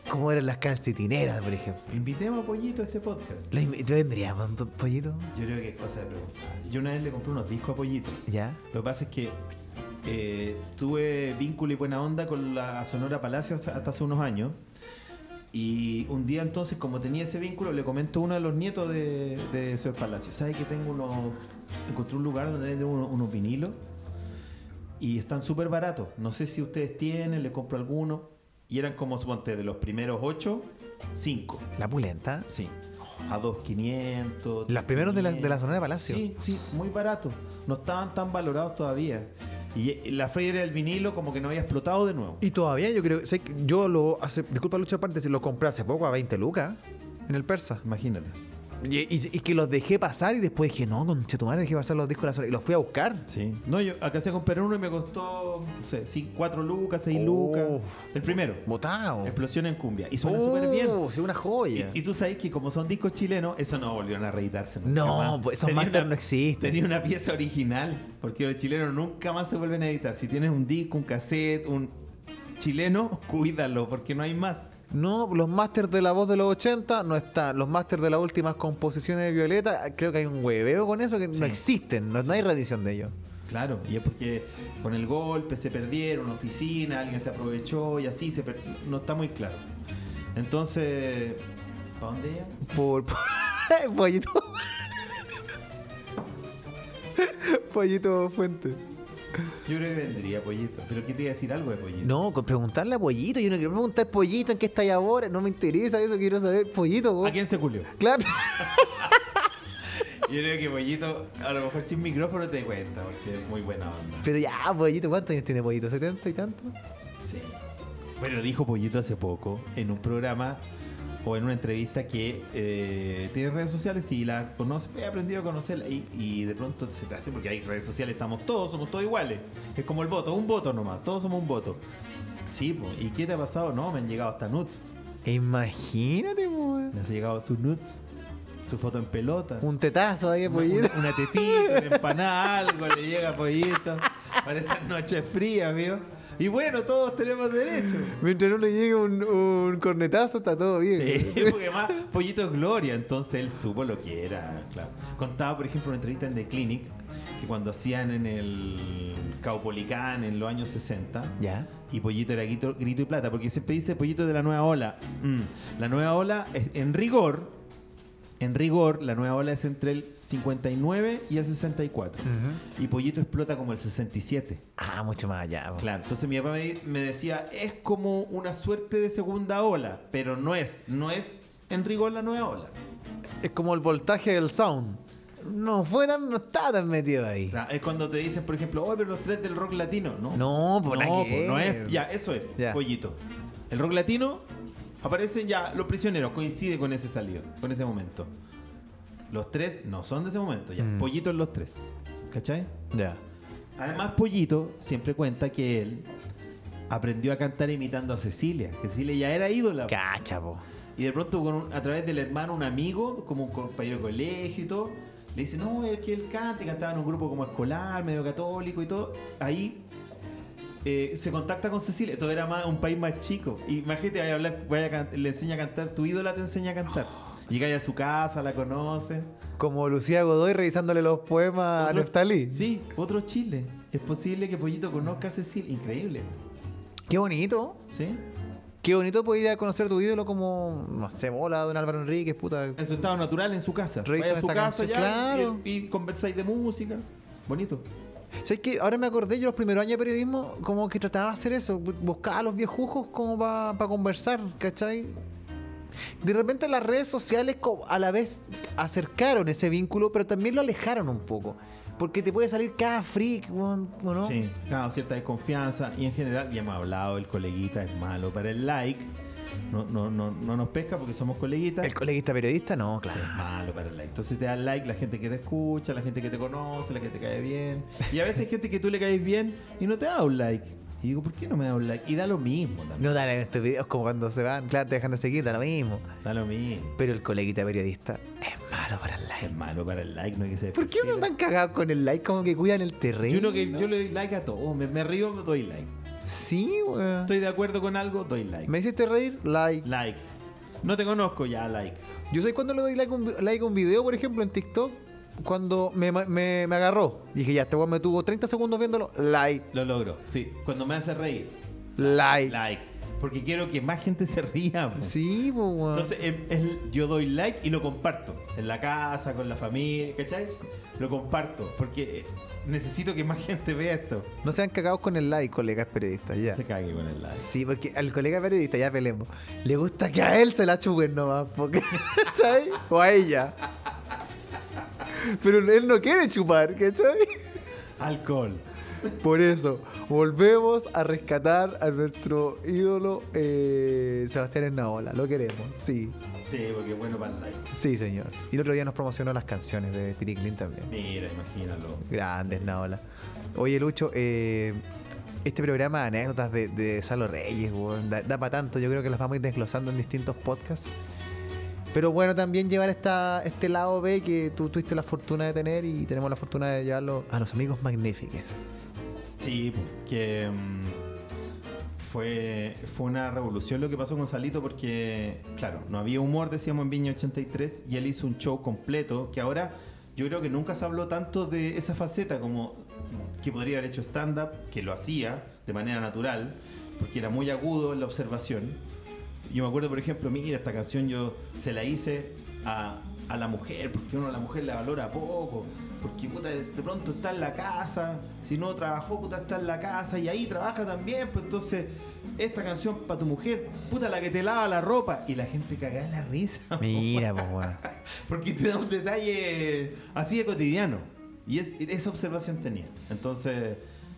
Como eran las calcetineras, por ejemplo. Invitemos a Pollito a este podcast. ¿Le invi- ¿Te vendría un to- pollito? Yo creo que es cosa de preguntar. Yo una vez le compré unos discos a Pollito. ¿Ya? Lo que pasa es que eh, tuve vínculo y buena onda con la Sonora Palacio hasta, hasta hace unos años. Y un día entonces, como tenía ese vínculo, le comento a uno de los nietos de, de señor Palacio. ¿Sabes que tengo unos... Encontré un lugar donde venden unos, unos vinilos y están súper baratos. No sé si ustedes tienen, le compro alguno. Y eran como, suponte, de los primeros ocho, cinco. La pulenta. Sí. A dos mil quinientos. Los primeros de la, de la Sonora Palacio. Sí, sí, muy baratos. No estaban tan valorados todavía. Y la feria del vinilo como que no había explotado de nuevo. Y todavía yo creo, sé que yo lo hace, disculpa Lucha aparte, si lo compré hace poco a veinte lucas en el Persa. Imagínate. Y, y- y que los dejé pasar y después dije, no, conche tu madre, dejé pasar los discos de la Sonora y los fui a buscar. Sí. No, yo alcancé a comprar uno y me costó, no sé, sí, cuatro lucas, seis Oh. lucas. El primero. Botado. Explosión en cumbia. Y suena Oh, súper bien. sí, una joya. Y, y tú sabes que como son discos chilenos, eso no volvieron a reeditarse nunca No, más. pues esos Tenía máster una- no existen. Tenía una pieza original, porque los chilenos nunca más se vuelven a editar. Si tienes un disco, un cassette, un chileno, cuídalo, porque no hay más. No, los másters de la voz de los ochenta no están. Los másters de las últimas composiciones de Violeta, creo que hay un hueveo con eso que no Sí. existen. No, no hay reedición de ellos. Claro, y es porque con el golpe se perdieron, una oficina, alguien se aprovechó y así se per- no está muy claro. Entonces, ¿para dónde ella? Por, por- Pollito. Pollito Fuente. Yo creo que vendría Pollito, pero ¿qué te iba a decir algo de Pollito? No, con preguntarle a Pollito. Yo no quiero preguntar Pollito en qué está ahí ahora. No me interesa eso, quiero saber Pollito. vos. ¿A quién se culió? Claro. Yo creo que Pollito, a lo mejor sin micrófono te cuenta, porque es muy buena onda. Pero ya, Pollito, ¿cuántos años tiene Pollito? ¿setenta y tanto? Sí. Bueno, dijo Pollito hace poco en un programa o en una entrevista que eh, tiene redes sociales y la conoce, he aprendido a conocerla y, y de pronto se te hace, porque hay redes sociales, estamos todos, somos todos iguales. Es como el voto, un voto nomás, todos somos un voto. Sí, pues, ¿y qué te ha pasado? No, me han llegado hasta nudes. Imagínate, po. Me han llegado sus nudes, su foto en pelota. Un tetazo ahí a Una, Pollito. una- una tetita, una empanada, algo le llega a Pollito. Parecen noches frías, amigo. Y bueno, todos tenemos derecho. Mientras no le llegue un, un cornetazo, está todo bien. Sí, porque más Pollito es gloria, entonces él supo lo que era, claro. Contaba, por ejemplo, una entrevista en The Clinic, que cuando hacían en el Caupolicán en los años sesenta, ¿Ya? y Pollito era grito, grito y plata, porque siempre dice Pollito de la nueva ola. Mm, La nueva ola, es, en rigor, en rigor, la nueva ola es entre el cincuenta y nueve y el sesenta y cuatro. Ujú. Y Pollito explota como el sesenta y siete. Ah, mucho más allá. po. Claro, entonces mi papá me, me decía, es como una suerte de segunda ola, pero no es, no es en rigor la nueva ola. Es como el voltaje del sound. No fue tan, no está tan metido ahí. O sea, es cuando te dicen, por ejemplo, oh, pero los tres del rock latino. No, No, pues nada que pues, no ver. es. Ya, eso es, Ya. Pollito. El rock latino aparecen ya los prisioneros, coincide con ese salido, con ese momento. Los tres no son de ese momento, ya. Mm. Pollito en los tres. ¿Cachai? Ya. Además, Pollito siempre cuenta que él aprendió a cantar imitando a Cecilia. Que Cecilia ya era ídola. Cacha, po. Y de pronto, con un- a través del hermano, un amigo, como un compañero de colegio y todo, le dice, no, es que él canta, y cantaba en un grupo como escolar, medio católico y todo. Ahí eh, se contacta con Cecilia. Todo era más un país más chico. Y imagínate, vaya a hablar, vaya a can- le enseña a cantar, tu ídola te enseña a cantar. Llega a su casa, la conoce. Como Lucía Godoy revisándole los poemas a Otro- Neftalí. Sí, otro Chile. Es posible que Pollito conozca a Cecilia. Increíble. Qué bonito. ¿Sí? Qué bonito poder ir a conocer a tu ídolo como, no sé, bola, don Álvaro Enríquez, puta. En su estado natural, en su casa. Revísame Vaya a su esta casa canción. ya Claro. y, y conversáis de música. Bonito. ¿Sabes qué? Ahora me acordé, yo los primeros años de periodismo, como que trataba de hacer eso, bu- buscaba a los viejujos como para conversar, ¿cachai? De repente las redes sociales co- a la vez acercaron ese vínculo, pero también lo alejaron un poco. Porque te puede salir cada freak, weón, ¿o no? Sí, claro, cierta desconfianza. Y en general, ya hemos hablado, el coleguita es malo para el like. No, no, no, no nos pesca porque somos coleguitas. El coleguista periodista, no, Sí, claro. es malo para el like. Entonces te da like la gente que te escucha, la gente que te conoce, la que te cae bien. Y a veces hay gente que tú le caes bien y no te da un like. Y digo, ¿por qué no me da un like? Y da lo mismo también. No dan en estos videos como cuando se van, claro, te dejan de seguir, da lo mismo. Da lo mismo. Pero el coleguita periodista es malo para el like. Es malo para el like, no hay que ser. ¿Por qué son tan cagados con el like? Como que cuidan el terreno. Yo, lo que, yo le doy like a todo. Me, me río, me doy like. Sí, weón. Estoy de acuerdo con algo, doy like. ¿Me hiciste reír? Like. Like. No te conozco, ya, like. Yo soy cuando le doy like a un, like a un video, por ejemplo, en TikTok, cuando me, me, me agarró. Dije, ya, este weón me tuvo treinta segundos viéndolo. Like. Lo logro, sí. Cuando me hace reír, Like. like. Porque quiero que más gente se ría. Po. Sí, pues, weón. Entonces, em, es- yo doy like y lo comparto. En la casa, con la familia, ¿cachai? Lo comparto. Porque eh, necesito que más gente vea esto. No sean cagados con el like, colegas periodistas, ya. No se cague con el like. Sí, porque al colega periodista, ya pelemos, le gusta que a él se la chuguen nomás, porque, ¿cachai? O a ella. Pero él no quiere chupar, ¿cachai? Alcohol. Por eso, volvemos a rescatar a nuestro ídolo eh, Sebastián Esnaola. Lo queremos, sí. Sí, porque es bueno para el like. Sí, señor. Y el otro día nos promocionó las canciones de Piticlin también. Mira, imagínalo. Grande Esnaola. Oye, Lucho, eh, este programa de anécdotas de, de Salo Reyes, weón, da, da para tanto. Yo creo que las vamos a ir desglosando en distintos podcasts. Pero bueno, también llevar esta, este lado B que tú tuviste la fortuna de tener y tenemos la fortuna de llevarlo a los amigos magníficos. Sí, que mm, fue, fue una revolución lo que pasó con Salito porque, claro, no había humor, decíamos en Viña ochenta y tres, y él hizo un show completo que ahora yo creo que nunca se habló tanto de esa faceta como que podría haber hecho stand-up, que lo hacía de manera natural, porque era muy agudo en la observación. Yo me acuerdo, por ejemplo, mira, esta canción yo se la hice a, a la mujer, porque uno a la mujer la valora poco. Porque puta, de pronto está en la casa, si no trabajó, puta, está en la casa y ahí trabaja también, pues entonces esta canción para tu mujer, puta, la que te lava la ropa, y la gente caga en la risa. Mira, pues, weón. Porque te da un detalle así de cotidiano. Y es, esa observación tenía. Entonces,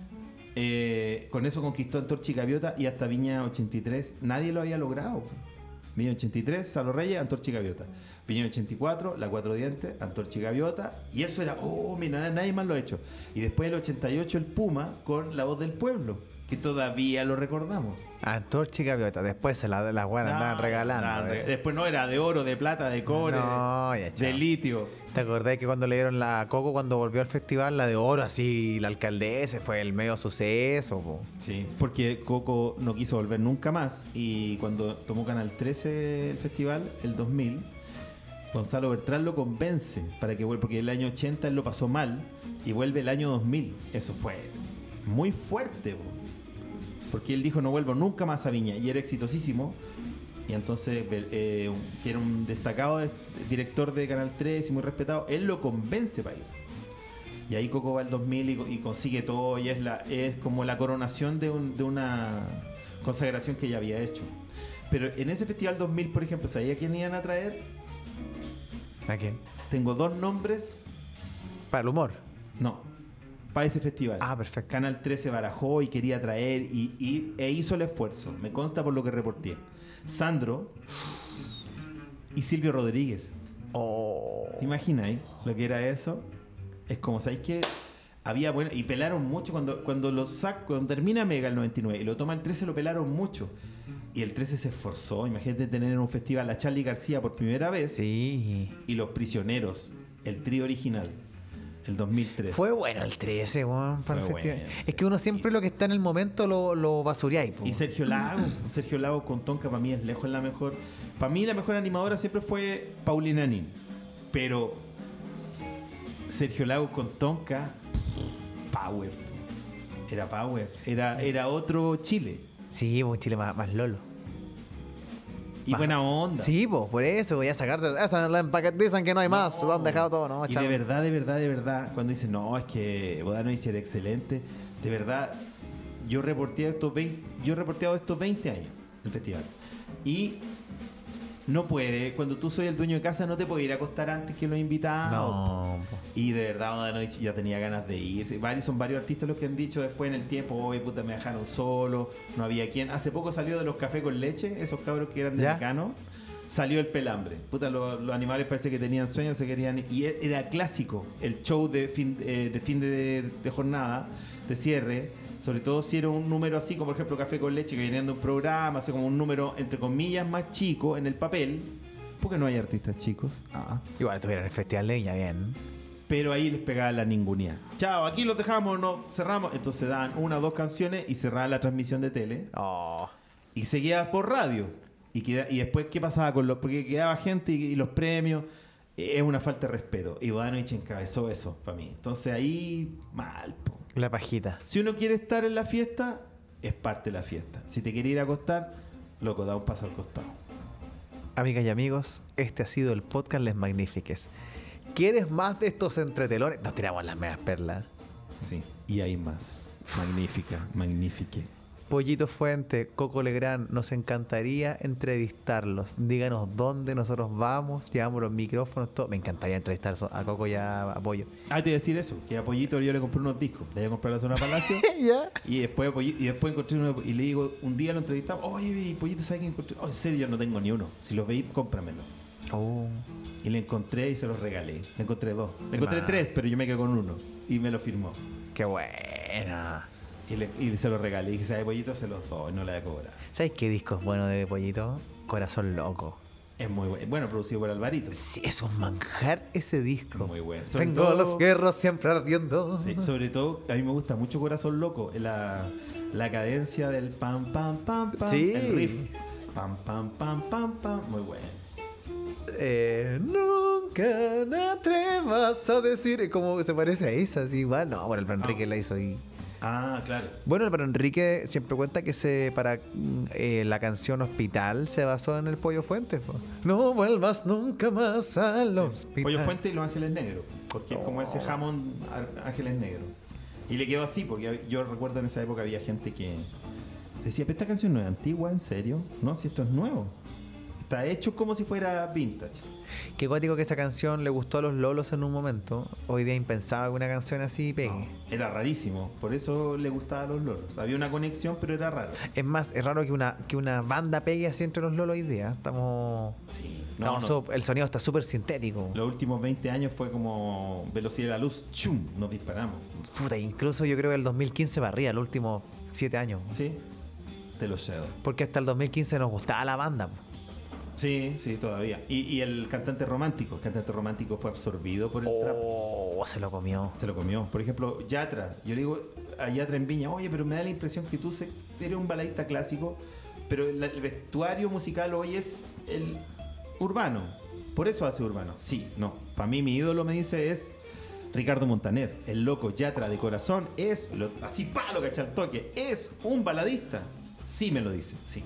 eh, con eso conquistó Antorcha y Gaviota y hasta Viña ochenta y tres nadie lo había logrado. Viña ochenta y tres, Salo Reyes, Antorcha y Gaviota. Viña ochenta y cuatro, La Cuatro Dientes, Antorcha y Gaviota. Y eso era, oh, mira, nadie más lo ha hecho. Y después el ochenta y ocho el Puma con La Voz del Pueblo, que todavía lo recordamos. Antorcha y Gaviota. Después se la, las buenas andaban No, regalando. andaban eh. reg- Después no era de oro, de plata, de cobre, No, ya, de, chao. de litio. ¿Te acordás que cuando le dieron la a Coco cuando volvió al festival, la de oro, así, la alcaldesa, fue el medio suceso, po? Sí, porque Coco no quiso volver nunca más y cuando tomó Canal trece el festival, el dos mil, Gonzalo Bertrán lo convence para que vuelva, porque el año ochenta él lo pasó mal y vuelve el año dos mil. Eso fue muy fuerte, po, porque él dijo no vuelvo nunca más a Viña y era exitosísimo. Y entonces, eh, que era un destacado de- director de Canal tres y muy respetado, él lo convence para ir. Y ahí Coco va al dos mil y, y consigue todo y es la es como la coronación de, un- de una consagración que ya había hecho. Pero en ese festival dos mil, por ejemplo, ¿sabía quién iban a traer? ¿A quién? Tengo dos nombres, Para el humor. no, para ese festival. Ah, perfecto. Canal trece barajó y quería traer y, y- e hizo el esfuerzo. Me consta por lo que reporté. Sandro y Silvio Rodríguez. Oh. ¿Te imagináis lo que era eso? Es como, ¿sabéis qué? Había bueno, y pelaron mucho cuando, cuando lo sac, cuando termina Mega el noventa y nueve y lo toma el trece, lo pelaron mucho. Y el trece se esforzó. Imagínate tener en un festival a Charly García por primera vez Sí. y Los Prisioneros, el trío original, el dos mil tres. Fue bueno el trece, weón, para el Fue festival. bueno, Es sí. que uno siempre lo que está en el momento lo, lo basureáis, po. Y Sergio Lago, Sergio Lago con Tonka para mí es lejos la mejor. Para mí la mejor animadora siempre fue Paulina Nin. Pero Sergio Lago con Tonka, power. Era power. Era, era otro Chile. Sí, un Chile más, más lolo. Y Más- buena onda. Sí, pues, por eso, voy a sacarse. Esa la empaquetizan que no hay más, lo han dejado todo, ¿no? Y chao. de verdad, de verdad, de verdad, cuando dicen, no, es que Bodanovich era excelente, de verdad, yo reporté estos veinte, yo he reporteado estos veinte años el festival. Y no puede, cuando tú soy el dueño de casa, no te puede ir a acostar antes que los invitados. No, po. Y de verdad, Bodanovich ya tenía ganas de irse. Varios, son varios artistas los que han dicho después en el tiempo, oye, puta, me dejaron solo, no había quien. Hace poco salió de los cafés con leche, esos cabros que eran de ¿Ya? Mecano. Salió el pelambre. Puta, lo- los animales parece que tenían sueños, se querían ir. Y e- era clásico el show de fin, eh, de, fin de, de jornada, de cierre. Sobre todo si era un número así, como por ejemplo Café con Leche, que venían de un programa, así como un número, entre comillas, más chico en el papel. Porque no hay artistas chicos. Ah. Igual estuvieron en el Festival de Viña, bien. Pero ahí les pegaba la ningunía. Chao, aquí los dejamos, no cerramos. Entonces daban una o dos canciones y cerraban la transmisión de tele. Oh. Y seguía por radio. Y, queda, y después, ¿qué pasaba con los...? Porque quedaba gente y, y los premios. Es una falta de respeto. Y Bodanovich encabezó eso para mí. Entonces ahí, mal, po. La pajita. Si uno quiere estar en la fiesta, es parte de la fiesta. Si te quiere ir a acostar, loco, da un paso al costado. Amigas y amigos, este ha sido el podcast Les Magnifiques. ¿Quieres más de estos entretelones? Nos tiramos las megas perlas. Sí. Y hay más. Magnífica, magnífique. Pollito Fuente, Coco Legrand, nos encantaría entrevistarlos. Díganos dónde nosotros vamos, llevamos los micrófonos, todo. Me encantaría entrevistar a Coco y a Pollo. Ah, te iba a decir eso, que a Pollito yo le compré unos discos. Le iba a comprar la Zona Palacio. ¿Ya? Y después, Pollito, y después encontré uno y le digo, un día lo entrevistamos. Oye, Pollito, ¿sabes qué encontré? Oh, en serio, yo no tengo ni uno. Si los veis, cómpramelo. Oh. Y le encontré y se los regalé. Le encontré dos. Le encontré Ma. tres, pero yo me quedé con uno. Y me lo firmó. ¡Qué buena! Y, le, y se los regalé. Y dije, ¿sabes, Pollito? Se los doy, no le voy a cobrar. ¿Sabes qué disco es bueno de Pollito? Corazón Loco. Es muy bueno. Bueno, producido por Alvarito. Sí, es un manjar ese disco. Muy bueno. Sobre Tengo todo- los fierros siempre ardiendo. Sí, sobre todo, a mí me gusta mucho Corazón Loco. La, la cadencia del pam, pam, pam, pam. Sí. El riff. Pam, pam, pam, pam, pam. Muy bueno. Eh, nunca te atrevas a decir. Como que se parece a esa, así igual. No, bueno, el Pedro Enrique Ah. la hizo ahí. Ah, claro. Bueno, el Pedro Enrique siempre cuenta que se para mm, eh, la canción Hospital se basó en el Pollo Fuentes. Po. No vuelvas nunca más al hospital. Pollo Fuente y Los Ángeles Negros. Porque es como ese jamón a- Ángeles Negros. Y le quedó así, porque yo recuerdo en esa época había gente que decía, pero esta canción no es antigua, ¿en serio? No, si esto es nuevo. Está hecho como si fuera vintage. Qué cuático que esa canción le gustó a los lolos en un momento. Hoy día impensaba que una canción así pegue. No, era rarísimo, por eso le gustaba a los lolos. Había una conexión, pero era raro. Es más, es raro que una, que una banda pegue así entre los lolos hoy día. Estamos. Sí, no, estamos no. so- el sonido está súper sintético. Los últimos veinte años fue como velocidad de la luz. ¡Chum! Nos disparamos. Puta, incluso yo creo que el dos mil quince barría, los últimos siete años. ¿Sí? Te lo cedo. Porque hasta el dos mil quince nos gustaba la banda. Po. Sí, sí, todavía. Y, y el cantante romántico. El cantante romántico fue absorbido por el trap. Oh, se lo comió. Se lo comió. Por ejemplo, Yatra. Yo le digo a Yatra en Viña, oye, pero me da la impresión que tú se- eres un baladista clásico, pero el, el vestuario musical hoy es el urbano. Por eso hace urbano. Sí, no. Para mí mi ídolo, me dice, es Ricardo Montaner. El loco Yatra de corazón es, lo- así pa, lo cacha al toque, es un baladista. Sí me lo dice, sí.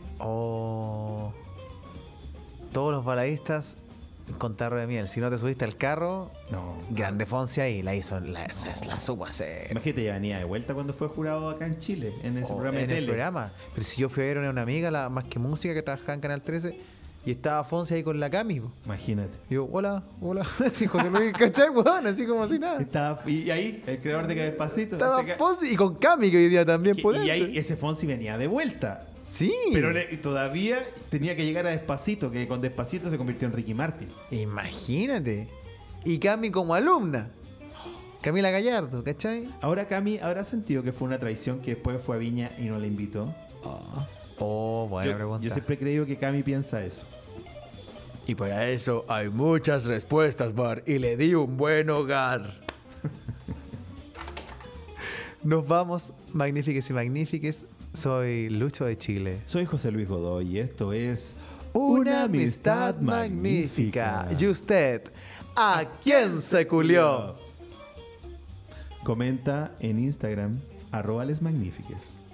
Oh. Todos los baladistas con tarro de miel. Si no te subiste al carro, No. grande Fonsi ahí la hizo, la, la, la supo hacer. Imagínate, ya venía de vuelta cuando fue jurado acá en Chile, en ese O programa de en el tele. programa. Pero si yo fui a ver a una amiga, la más que música, que trabajaba en Canal trece, y estaba Fonsi ahí con la Cami. Po. Imagínate. Y yo, hola, hola. Así José Luis, ¿cachai, weón? Así como si nada. Estaba, y ahí, el creador de Que Despacito. Estaba ese ca- Fonsi y con Cami, que hoy día también que- puede. y ahí ese Fonsi venía de vuelta. Sí. Pero le- todavía tenía que llegar a Despacito, que con Despacito se convirtió en Ricky Martin. Imagínate. Y Cami como alumna. Camila Gallardo, ¿cachai? Ahora Cami, ¿habrá sentido que fue una traición que después fue a Viña y no la invitó? Oh, buena yo, pregunta. yo siempre he creído que Cami piensa eso. Y para eso hay muchas respuestas, Bar. Y le di un buen hogar. Nos vamos, magnífiques y magnífiques. Soy Lucho de Chile. Soy José Luis Godoy y esto es Una amistad magnífica. ¿Y usted? ¿A quién se culió? Comenta en Instagram, arroba les magnifiques.